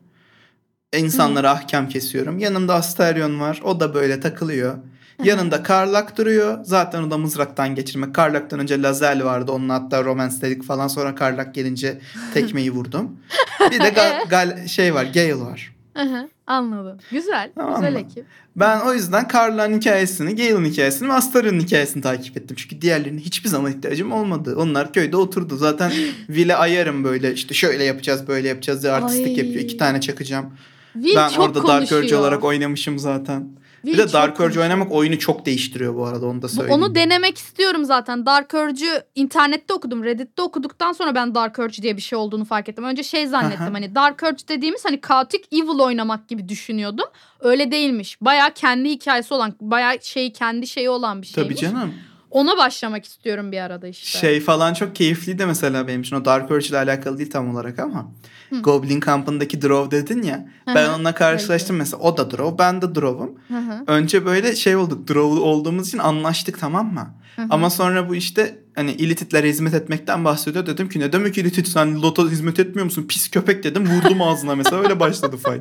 İnsanlara ahkam kesiyorum. Yanımda Asterion var. O da böyle takılıyor. Yanında Karlak duruyor. Zaten o da mızraktan geçirmek. Karlak'tan önce Lazel vardı. Onunla hatta romance dedik falan. Sonra Karlak gelince tekmeyi vurdum. Bir de Gal, Gal şey var. Gale var. Aha, anladım. Güzel. Tamam Güzel mı? ekip. Ben o yüzden Karlak'ın hikayesini, Gale'ın hikayesini ve Astarion'un hikayesini takip ettim. Çünkü diğerlerine hiçbir zaman ihtiyacım olmadı. Onlar köyde oturdu. Zaten Will'e ayarım böyle, işte şöyle yapacağız böyle yapacağız diye artistik Ay. yapıyor. İki tane çakacağım. Will Ben çok orada Dark Urge konuşuyor. olarak oynamışım zaten. Bir Will de çok Dark Urge konuşuyor. oynamak oyunu çok değiştiriyor bu arada, onu da Bu, söyleyeyim. onu denemek istiyorum zaten. Dark Urge'ü internette okudum. Reddit'te okuduktan sonra ben Dark Urge diye bir şey olduğunu fark ettim. Önce şey zannettim, Aha. hani Dark Urge dediğimiz hani kaotik evil oynamak gibi düşünüyordum. Öyle değilmiş. Bayağı kendi hikayesi olan, bayağı şey kendi şeyi olan bir şeymiş. Tabii canım. Ona başlamak istiyorum bir arada işte. Şey falan çok keyifliydi mesela benim için. O Dark Urge ile alakalı değil tam olarak ama. Hı. Goblin kampındaki Drow dedin ya. Hı Ben hı. onunla karşılaştım mesela. O da Drow, ben de Drow'um. Hı hı. Önce böyle şey olduk. Drow olduğumuz için anlaştık, tamam mı? Hı hı. Ama sonra bu işte hani illititlere hizmet etmekten bahsediyor. Dedim ki ne demek illitit, sen Lot'a hizmet etmiyor musun? Pis köpek dedim. Vurdum ağzına mesela. Öyle başladı fight.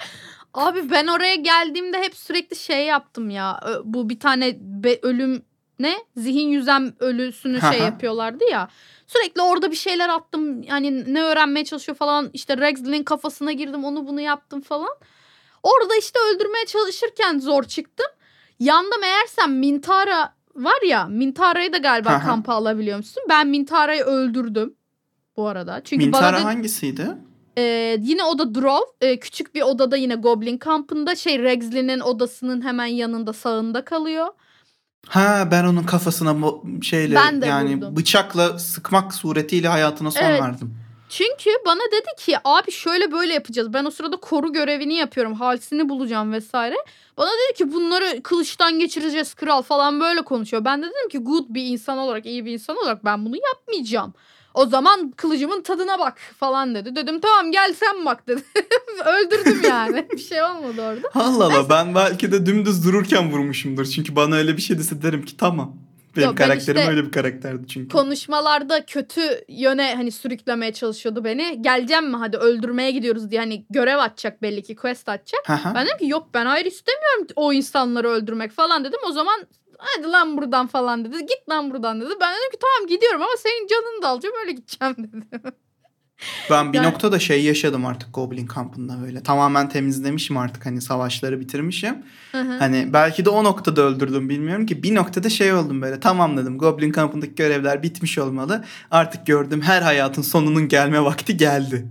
Abi ben oraya geldiğimde hep sürekli şey yaptım ya. Ö- Bu bir tane be- ölüm ne? Zihin yüzem ölüsünü şey Haha. yapıyorlardı ya. Sürekli orada bir şeyler attım. Yani ne öğrenmeye çalışıyor falan. İşte Rexlin kafasına girdim. Onu bunu yaptım falan. Orada işte öldürmeye çalışırken zor çıktım. Yanda meğersem Mintara var ya. Mintara'yı da galiba Haha. kampa alabiliyormuşsun. Ben Mintara'yı öldürdüm bu arada. Çünkü Mintara bana de- hangisiydi? Ee, yine o da Drow. Ee, küçük bir odada yine Goblin kampında. Şey Rexley'nin odasının hemen yanında sağında kalıyor. Ha, ben onun kafasına mo- şeyle Ben de yani vurdum. bıçakla sıkmak suretiyle hayatına son Evet. verdim. Çünkü bana dedi ki abi şöyle böyle yapacağız. Ben o sırada koru görevini yapıyorum. Halsini bulacağım vesaire. Bana dedi ki bunları kılıçtan geçireceğiz kral falan böyle konuşuyor. Ben de dedim ki good bir insan olarak, iyi bir insan olarak ben bunu yapmayacağım. O zaman kılıcımın tadına bak falan dedi. Dedim tamam gel sen bak dedi. Öldürdüm yani. Bir şey olmadı orada. Allah Allah, ben belki de dümdüz dururken vurmuşumdur. Çünkü bana öyle bir şey dese derim ki tamam. Benim Yok, ben karakterim işte öyle bir karakterdi çünkü. konuşmalarda kötü yöne hani sürüklemeye çalışıyordu beni. Geleceğim mi hadi öldürmeye gidiyoruz diye hani görev atacak belli ki quest atacak. Hı hı. Ben dedim ki yok ben hayır istemiyorum o insanları öldürmek falan dedim. O zaman hadi lan buradan falan dedi. Git lan buradan dedi. Ben dedim ki tamam gidiyorum ama senin canını da alacağım öyle gideceğim dedim. Ben bir Yani- noktada şey yaşadım artık Goblin kampında böyle. Tamamen temizlemişim artık, hani savaşları bitirmişim. Hı hı. Hani belki de o noktada öldürdüm, bilmiyorum ki. Bir noktada şey oldum böyle, tamam dedim, Goblin kampındaki görevler bitmiş olmalı. Artık gördüm, her hayatın sonunun gelme vakti geldi.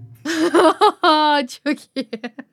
Çok iyi.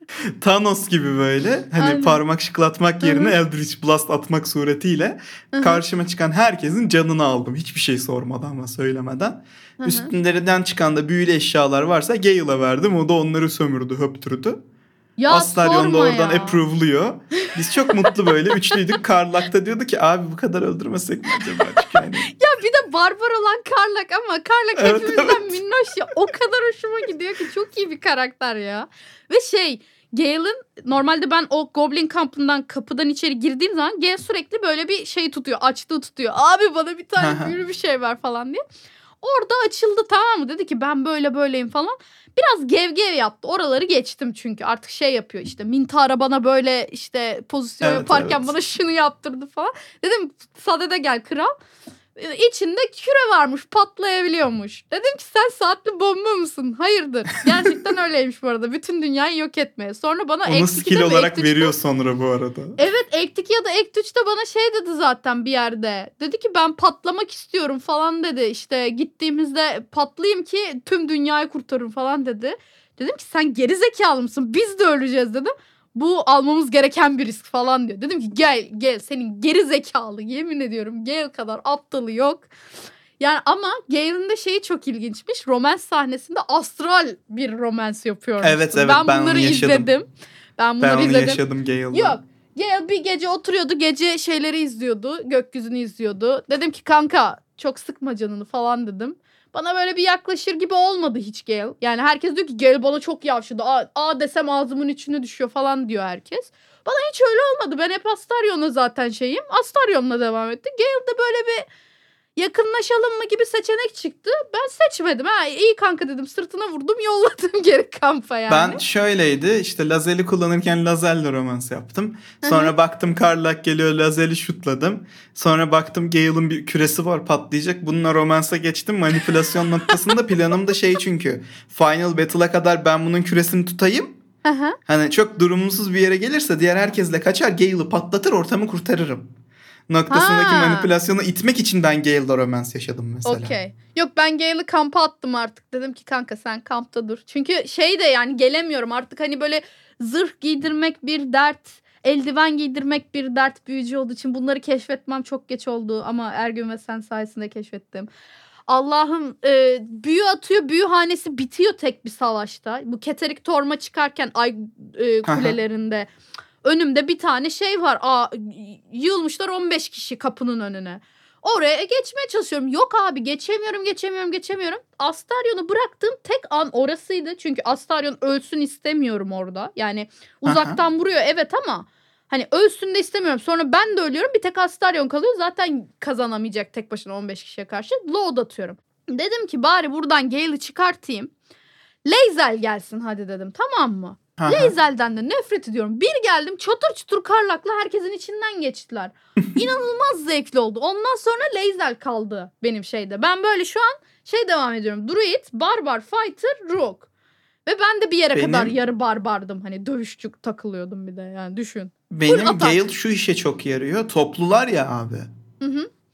Thanos gibi böyle hani Aynen. parmak şıklatmak yerine Hı hı. Eldritch Blast atmak suretiyle Hı hı. karşıma çıkan herkesin canını aldım. Hiçbir şey sormadan ama söylemeden. Hı hı. Üstünlerinden çıkan da büyülü eşyalar varsa Gale'a verdim. O da onları sömürdü, höptürdü. Ya Astarion da sorma oradan ya. approve'luyor. Biz çok mutlu böyle üçlüydük. Karlak da diyordu ki abi bu kadar öldürmesek mi acaba? Çünkü hani... Ya bir de barbar olan Karlak ama Karlak Evet, hepimizden evet. minnoş ya. O kadar hoşuma gidiyor ki çok iyi bir karakter ya. Ve şey Gale'ın normalde ben o Goblin kampından kapıdan içeri girdiğim zaman Gale sürekli böyle bir şey tutuyor. Açtığı tutuyor. Abi bana bir tane büyülü bir şey ver falan diye. Orada açıldı tamam mı? Dedi ki ben böyle böyleyim falan. Biraz gev gev yaptı. Oraları geçtim çünkü. Artık şey yapıyor işte. Mintara bana böyle işte pozisyon Evet, yaparken evet. bana şunu yaptırdı falan. Dedim sadede gel kral. Ee, İçinde küre varmış patlayabiliyormuş. Dedim ki sen saatli bomba mısın? Hayırdır. Gerçekten öyleymiş bu arada. Bütün dünyayı yok etmeye. Sonra bana Onu Act skill ikide mi, olarak Act üçte veriyor sonra bu arada. Evet Act iki ya da Act üçte bana şey dedi zaten bir yerde. Dedi ki ben patlamak istiyorum falan dedi. İşte gittiğimizde patlayayım ki tüm dünyayı kurtarırım falan dedi. Dedim ki sen geri zekalı mısın? Biz de öleceğiz dedim. Bu almamız gereken bir risk falan diyor. Dedim ki gel gel senin geri zekalı yemin ediyorum Gale kadar aptalı yok. Yani ama Gale'ın da şeyi çok ilginçmiş. Romans sahnesinde astral bir romans yapıyormuş. Evet, evet, ben ben bunları onu yaşadım. izledim. Ben bunları Ben onu izledim. yaşadım Gale'da. Yok. Gale bir gece oturuyordu. Gece şeyleri izliyordu. Gökyüzünü izliyordu. Dedim ki kanka çok sıkma canını falan dedim. Bana böyle bir yaklaşır gibi olmadı hiç Gale. Yani herkes diyor ki Gale bana çok yavşadı. Aa, aa desem ağzımın içine düşüyor falan diyor herkes. Bana hiç öyle olmadı. Ben hep Astarion'a zaten şeyim. Astarion'la devam etti. Gale de böyle bir yakınlaşalım mı gibi seçenek çıktı. Ben seçmedim. Ha iyi kanka dedim. Sırtına vurdum yolladım geri kampa yani. Ben şöyleydi işte lazeli kullanırken lazerle romans yaptım. Sonra baktım Karlak geliyor, lazeli şutladım. Sonra baktım Gale'ın bir küresi var patlayacak. Bununla romansa geçtim. Manipülasyon noktasında planım da şey çünkü. Final Battle'a kadar ben bunun küresini tutayım. Aha. Hani çok durumsuz bir yere gelirse diğer herkesle kaçar, Gale'ı patlatır, ortamı kurtarırım noktasındaki Ha. manipülasyonu itmek için ben Gale'la romans yaşadım mesela. Okey. Yok ben Gale'ı kampa attım artık. Dedim ki kanka sen kampta dur. Çünkü şey de yani gelemiyorum artık hani böyle zırh giydirmek bir dert. Eldiven giydirmek bir dert büyücü olduğu için bunları keşfetmem çok geç oldu. Ama Ergün ve sen sayesinde keşfettim. Allah'ım e, büyü atıyor. Büyü hanesi bitiyor tek bir savaşta. Bu Keterik Torma çıkarken ay e, kulelerinde. Önümde bir tane şey var. Aa, yığılmışlar on beş kişi kapının önüne. Oraya geçmeye çalışıyorum. Yok abi geçemiyorum, geçemiyorum, geçemiyorum. Astarion'u bıraktığım tek an orasıydı. Çünkü Astarion ölsün istemiyorum orada. Yani uzaktan vuruyor evet ama hani ölsün de istemiyorum. Sonra ben de ölüyorum. Bir tek Astarion kalıyor. Zaten kazanamayacak tek başına on beş kişiye karşı. Load atıyorum. Dedim ki bari buradan Gale'ı çıkartayım. Lae'zel gelsin hadi dedim tamam mı? Lae'zel'den de nefret ediyorum. Bir geldim çatır çutur Karlak'la herkesin içinden geçtiler. İnanılmaz zevkli oldu. Ondan sonra Lae'zel kaldı benim şeyde. Ben böyle şu an şey devam ediyorum. Druid, Barbar, Fighter, Rogue. Ve ben de bir yere Benim- kadar yarı barbardım. Hani dövüşçü takılıyordum bir de yani düşün. Benim atak. Gale şu işe çok yarıyor. Toplular ya abi. Hı hı.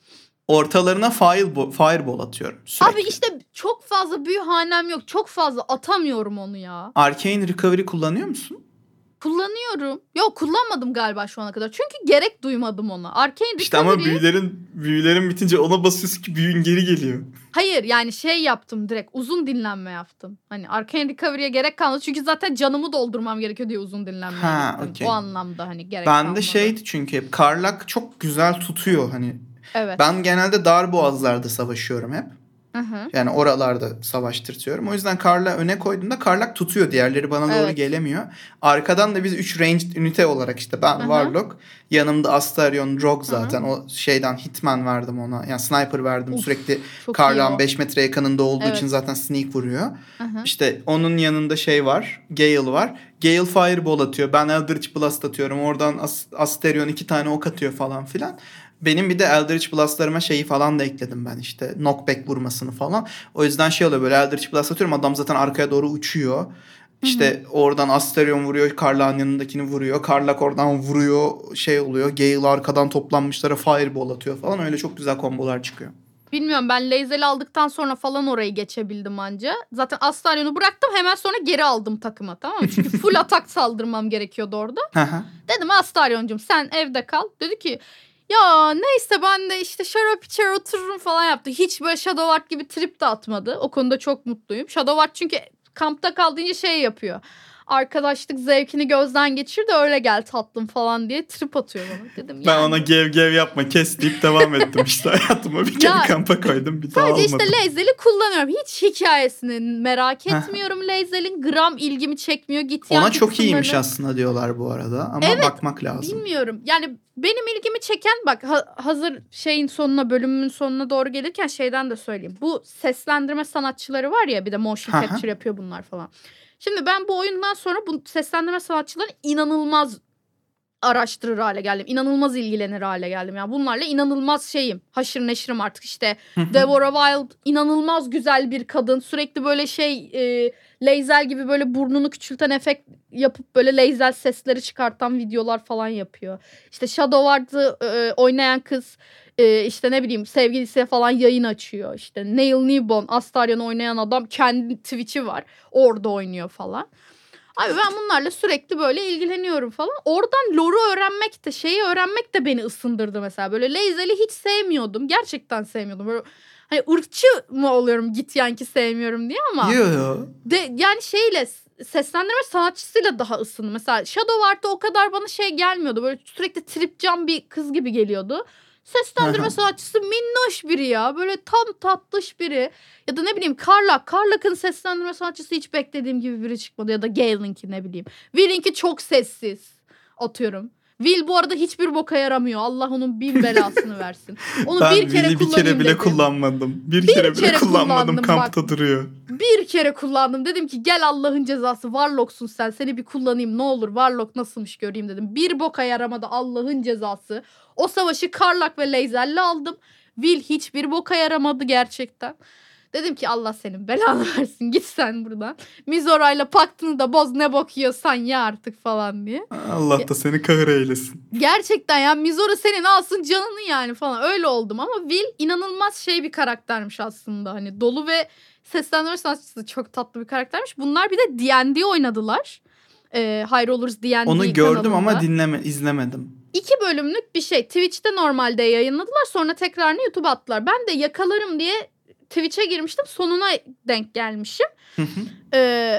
Ortalarına fireball, fireball atıyorum sürekli. Abi işte çok fazla büyü hanem yok. Çok fazla atamıyorum onu ya. Arcane Recovery kullanıyor musun? Kullanıyorum. Yok kullanmadım galiba şu ana kadar. Çünkü gerek duymadım ona. Arcane İşte ama Recovery... büyülerin büyülerin bitince ona basıyorsun ki büyün geri geliyor. Hayır yani şey yaptım direkt. Uzun dinlenme yaptım. Hani Arcane Recovery'ye gerek kalmadı. Çünkü zaten canımı doldurmam gerekiyor diye uzun dinlenmeye Ha, gittim. okey. O anlamda hani gerek Ben kalmadı. de şeydi çünkü hep Karlak çok güzel tutuyor hani. Evet. Ben genelde dar boğazlarda savaşıyorum hep. Hı hı. Yani oralarda savaştırtıyorum. O yüzden Karla öne koyduğumda Karlak tutuyor. Diğerleri bana doğru Evet. gelemiyor. Arkadan da biz üç ranged ünite olarak işte ben Hı hı. Warlock. Yanımda Astarion, Rogue Hı hı. zaten. O şeyden Hitman verdim ona. Yani sniper verdim. Uf, Sürekli çok iyi Karlak'ın o. beş metre yakınında olduğu Evet. için zaten sneak vuruyor. Hı hı. İşte onun yanında şey var. Gale var. Gale Fireball atıyor. Ben Eldritch Blast atıyorum. Oradan As- Asterion iki tane ok atıyor falan filan. Benim bir de Eldritch Blast'larıma şeyi falan da ekledim ben işte. Knockback vurmasını falan. O yüzden şey oluyor böyle Eldritch Blast atıyorum. Adam zaten arkaya doğru uçuyor. İşte Hı hı. oradan Asterion vuruyor. Karlak'ın yanındakini vuruyor. Karlak oradan vuruyor. Şey oluyor. Gale arkadan toplanmışlara Fireball atıyor falan. Öyle çok güzel kombolar çıkıyor. Bilmiyorum ben Lae'zel'i aldıktan sonra falan orayı geçebildim anca. Zaten Astarion'u bıraktım hemen sonra geri aldım takıma tamam mı? Çünkü full atak saldırmam gerekiyordu orada. Dedim Astarion'cum sen evde kal. Dedi ki ya neyse ben de işte şarap içer otururum falan yaptı. Hiç böyle Shadow Ward gibi trip de atmadı. O konuda çok mutluyum. Shadow Ward çünkü kampta kaldığınca şey yapıyor. Arkadaşlık zevkini gözden geçir de öyle gel tatlım falan diye trip atıyor bana. Dedim Ben yani. ona gev gev yapma kes deyip devam ettim işte hayatıma. Bir kere Ya, kampa koydum bir daha Sadece almadım. işte Lae'zel'i kullanıyorum. Hiç hikayesini merak etmiyorum Lae'zel'in. Gram ilgimi çekmiyor. Git Ona yanki çok iyiymiş kısımlarını... aslında diyorlar bu arada ama Evet, bakmak lazım. Bilmiyorum. Yani benim ilgimi çeken bak ha- hazır şeyin sonuna bölümün sonuna doğru gelirken şeyden de söyleyeyim. Bu seslendirme sanatçıları var ya bir de motion Hı hı. capture yapıyor bunlar falan. Şimdi ben bu oyundan sonra bu seslendirme sanatçıların inanılmaz araştırır hale geldim. İnanılmaz ilgilenir hale geldim. Yani bunlarla inanılmaz şeyim. Haşır neşirim artık işte. Hı hı. Deborah Wild inanılmaz güzel bir kadın. Sürekli böyle şey e, Lae'zel gibi böyle burnunu küçülten efekt yapıp böyle Lae'zel sesleri çıkartan videolar falan yapıyor. İşte Shadow Ward'ı e, oynayan kız e, işte ne bileyim sevgilisiyle falan yayın açıyor. İşte Neil Newborn Astarion'u oynayan adam kendi Twitch'i var. Orada oynuyor falan. Abi ben bunlarla sürekli böyle ilgileniyorum falan. Oradan lore'u öğrenmek de şeyi öğrenmek de beni ısındırdı mesela. Böyle Lae'zel'i hiç sevmiyordum. Gerçekten sevmiyordum. Böyle hani ırkçı mı oluyorum git yanki sevmiyorum diye ama. Yo yo. De, yani şeyle seslendirme sanatçısıyla daha ısındım. Mesela Shadow Ward'da o kadar bana şey gelmiyordu. Böyle sürekli tripcan bir kız gibi geliyordu. Seslendirme sanatçısı minnoş biri ya. Böyle tam tatlış biri. Ya da ne bileyim Karlak. Karlak'ın seslendirme sanatçısı hiç beklediğim gibi biri çıkmadı. Ya da Gale'inki ne bileyim. Will'inki çok sessiz. Atıyorum. Will bu arada hiçbir boka yaramıyor. Allah onun bin belasını versin. Onu Ben bir kere Will'i bir kere bile dedim. kullanmadım. Bir, Bir kere bile kere kullanmadım. kullandım Kampta bak. duruyor. Bir kere kullandım. Dedim ki gel Allah'ın cezası. Warlock'sun sen. Seni bir kullanayım ne olur. Warlock nasılmış göreyim dedim. Bir boka yaramadı Allah'ın cezası. O savaşı Karlak ve Lae'zel'le aldım. Will hiçbir boka yaramadı gerçekten. Dedim ki Allah senin belanı versin. Git sen buradan. Mizora'yla paktını da boz ne bok yiyorsan ya artık falan diye. Allah da seni kahır eylesin. Gerçekten ya Mizora senin alsın canını yani falan öyle oldum ama Will inanılmaz şey bir karaktermiş aslında hani dolu ve seslendirme sanatçısı da çok tatlı bir karaktermiş. Bunlar bir de D and D oynadılar. Ee, High Rollers D and D Onu gördüm kanalında. ama dinleme izlemedim. İki bölümlük bir şey Twitch'te normalde yayınladılar sonra tekrarını YouTube'a attılar. Ben de yakalarım diye Twitch'e girmiştim sonuna denk gelmişim. ee,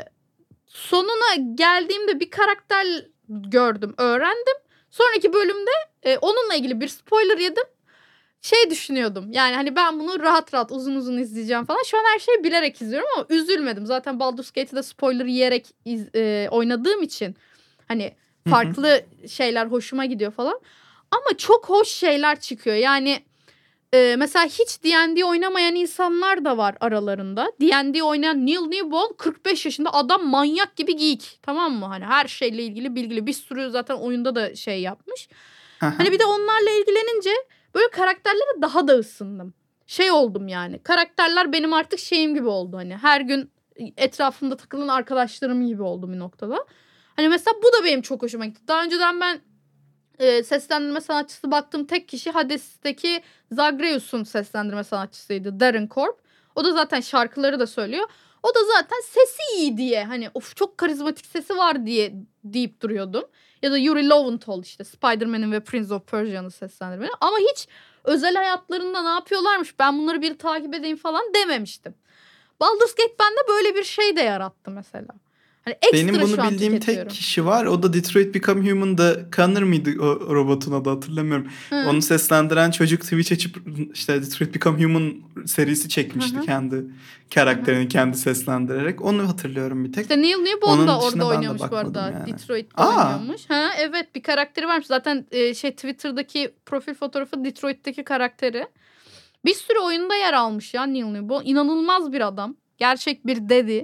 sonuna geldiğimde bir karakter gördüm öğrendim. Sonraki bölümde e, onunla ilgili bir spoiler yedim. Şey düşünüyordum. Yani hani ben bunu rahat rahat uzun uzun izleyeceğim falan. Şu an her şeyi bilerek izliyorum ama üzülmedim. Zaten Baldur's Gate'i de spoiler yiyerek iz, e, oynadığım için hani farklı şeyler hoşuma gidiyor falan. Ama çok hoş şeyler çıkıyor. Yani e, mesela hiç D and D oynamayan insanlar da var aralarında. D and D oynayan Neil Newborn kırk beş yaşında adam manyak gibi geek. Tamam mı? Hani her şeyle ilgili bilgili bir sürü zaten oyunda da şey yapmış. Hani bir de onlarla ilgilenince böyle karakterlere daha da ısındım. Şey oldum yani. Karakterler benim artık şeyim gibi oldu hani. Her gün etrafımda takılan arkadaşlarım gibi oldu bir noktada. Hani mesela bu da benim çok hoşuma gitti. Daha önceden ben Eee, seslendirme sanatçısı baktığım tek kişi Hades'teki Zagreus'un seslendirme sanatçısıydı, Darren Korb. O da zaten şarkıları da söylüyor. O da zaten sesi iyi diye hani of çok karizmatik sesi var diye deyip duruyordum. Ya da Yuri Lowenthal işte Spider-Man'in ve Prince of Persia'nın seslendirmeni. Ama hiç özel hayatlarında ne yapıyorlarmış ben bunları bir takip edeyim falan dememiştim. Baldur's Gate bende böyle bir şey de yarattı mesela. Hani ekstra Benim bunu şu an bildiğim tek tüketiyorum. kişi var. O da Detroit Become Human'da Connor mıydı o robotun adı hatırlamıyorum. Hı. Onu seslendiren çocuk Twitch açıp işte Detroit Become Human serisi çekmişti Hı hı. kendi karakterini kendi seslendirerek. Onu hatırlıyorum bir tek. İşte Neil Newbon Onun da dışında orada ben de oynuyormuş bu bakmadım arada. yani. Detroit'te Aa! oynuyormuş. Ha evet bir karakteri varmış. Zaten e, şey Twitter'daki profil fotoğrafı Detroit'teki karakteri. Bir sürü oyunda yer almış ya Neil Newbon. İnanılmaz bir adam. Gerçek bir daddy.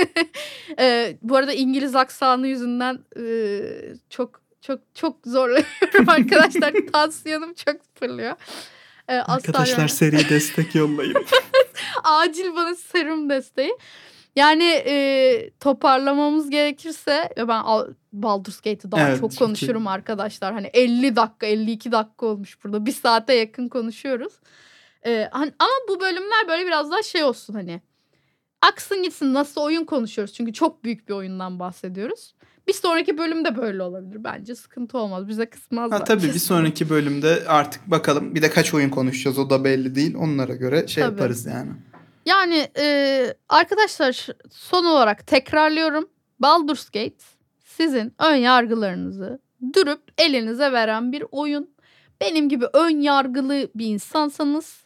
e, bu arada İngiliz aksanı yüzünden e, çok çok çok zorlanıyorum arkadaşlar. Tansiyonum çok fırlıyor. E, Arkadaşlar Astaryon- seri destek yollayın. Acil bana serum desteği. Yani e, toparlamamız gerekirse ve ben Al- Baldur's Gate'i daha Evet, çok çok konuşurum arkadaşlar. Hani elli dakika elli iki dakika olmuş burada. Bir saate yakın konuşuyoruz. E, hani, ama bu bölümler böyle biraz daha şey olsun hani. Aksın gitsin nasıl oyun konuşuyoruz. Çünkü çok büyük bir oyundan bahsediyoruz. Bir sonraki bölümde böyle olabilir. Bence sıkıntı olmaz. Bize kısmazlar. Ha tabii bir Kesin. sonraki bölümde artık bakalım bir de kaç oyun konuşacağız o da belli değil. Onlara göre şey Tabii. yaparız yani. Yani e, arkadaşlar son olarak tekrarlıyorum. Baldur's Gate sizin ön yargılarınızı dürüp elinize veren bir oyun. Benim gibi ön yargılı bir insansanız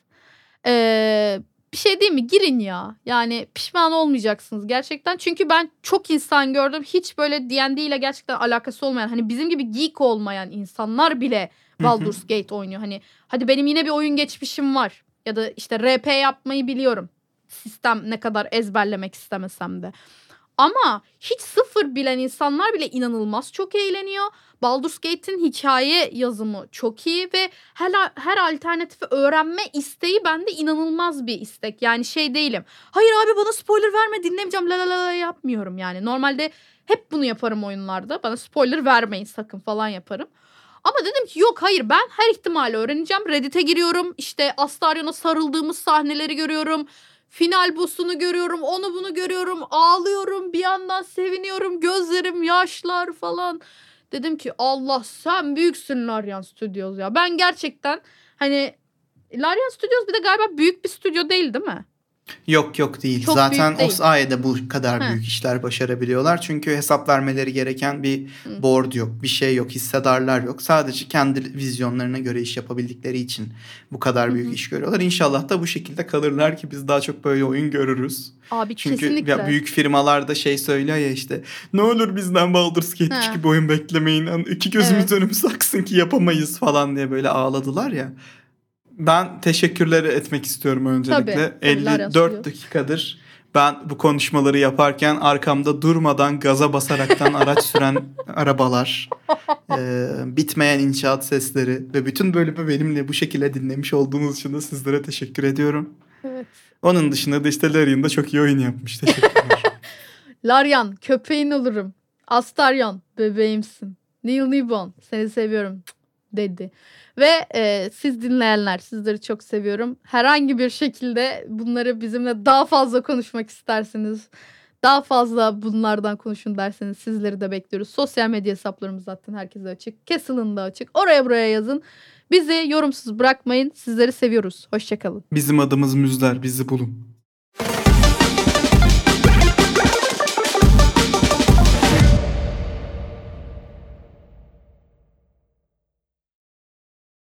e, bir şey değil mi? Girin ya. Yani pişman olmayacaksınız gerçekten. Çünkü ben çok insan gördüm. Hiç böyle D and D ile gerçekten alakası olmayan hani bizim gibi geek olmayan insanlar bile Baldur's Gate oynuyor. Hani hadi benim yine bir oyun geçmişim var. Ya da işte R P yapmayı biliyorum. Sistem ne kadar ezberlemek istemesem de. Ama hiç sıfır bilen insanlar bile inanılmaz çok eğleniyor. Baldur's Gate'in hikaye yazımı çok iyi ve her, her alternatifi öğrenme isteği bende inanılmaz bir istek. Yani şey değilim. Hayır abi bana spoiler verme dinlemeyeceğim la la la yapmıyorum yani. Normalde hep bunu yaparım oyunlarda. Bana spoiler vermeyin sakın falan yaparım. Ama dedim ki yok hayır ben her ihtimali öğreneceğim. Reddit'e giriyorum. İşte Astarion'a sarıldığımız sahneleri görüyorum. Final boss'unu görüyorum. Onu bunu görüyorum. Ağlıyorum. Bir yandan seviniyorum. Gözlerim yaşlar falan. Dedim ki Allah sen büyüksün Larian Studios ya. Ben gerçekten hani Larian Studios bir de galiba büyük bir stüdyo değil değil mi? Yok yok değil. Çok Zaten büyük değil. o sayede bu kadar He. büyük işler başarabiliyorlar. Çünkü hesap vermeleri gereken bir Hı. board yok, bir şey yok, hissedarlar yok. Sadece kendi vizyonlarına göre iş yapabildikleri için bu kadar büyük Hı hı. iş görüyorlar. İnşallah da bu şekilde kalırlar ki biz daha çok böyle oyun görürüz. Abi Çünkü kesinlikle. ya büyük firmalar da şey söylüyor ya işte ne olur bizden Baldur's Gate üç He. gibi oyun beklemeyin. Yani iki gözümüz Evet. önümüz aksın ki yapamayız falan diye böyle ağladılar ya. Ben teşekkürler etmek istiyorum öncelikle. Tabii, tabii, Larian elli dört Studios. dakikadır ben bu konuşmaları yaparken arkamda durmadan gaza basaraktan araç süren arabalar, e, bitmeyen inşaat sesleri ve bütün bölümü benimle bu şekilde dinlemiş olduğunuz için de sizlere teşekkür ediyorum. Evet. Onun dışında da işte Larian da çok iyi oyun yapmış. Teşekkürler. Larian köpeğin olurum. Astaryon bebeğimsin. Neil Newbon seni seviyorum dedi. Ve e, siz dinleyenler sizleri çok seviyorum. Herhangi bir şekilde bunları bizimle daha fazla konuşmak isterseniz, daha fazla bunlardan konuşun derseniz sizleri de bekliyoruz. Sosyal medya hesaplarımız zaten herkese açık. Castle'ın da açık. Oraya buraya yazın. Bizi yorumsuz bırakmayın. Sizleri seviyoruz. Hoşçakalın. Bizim adımız Müzler. Bizi bulun.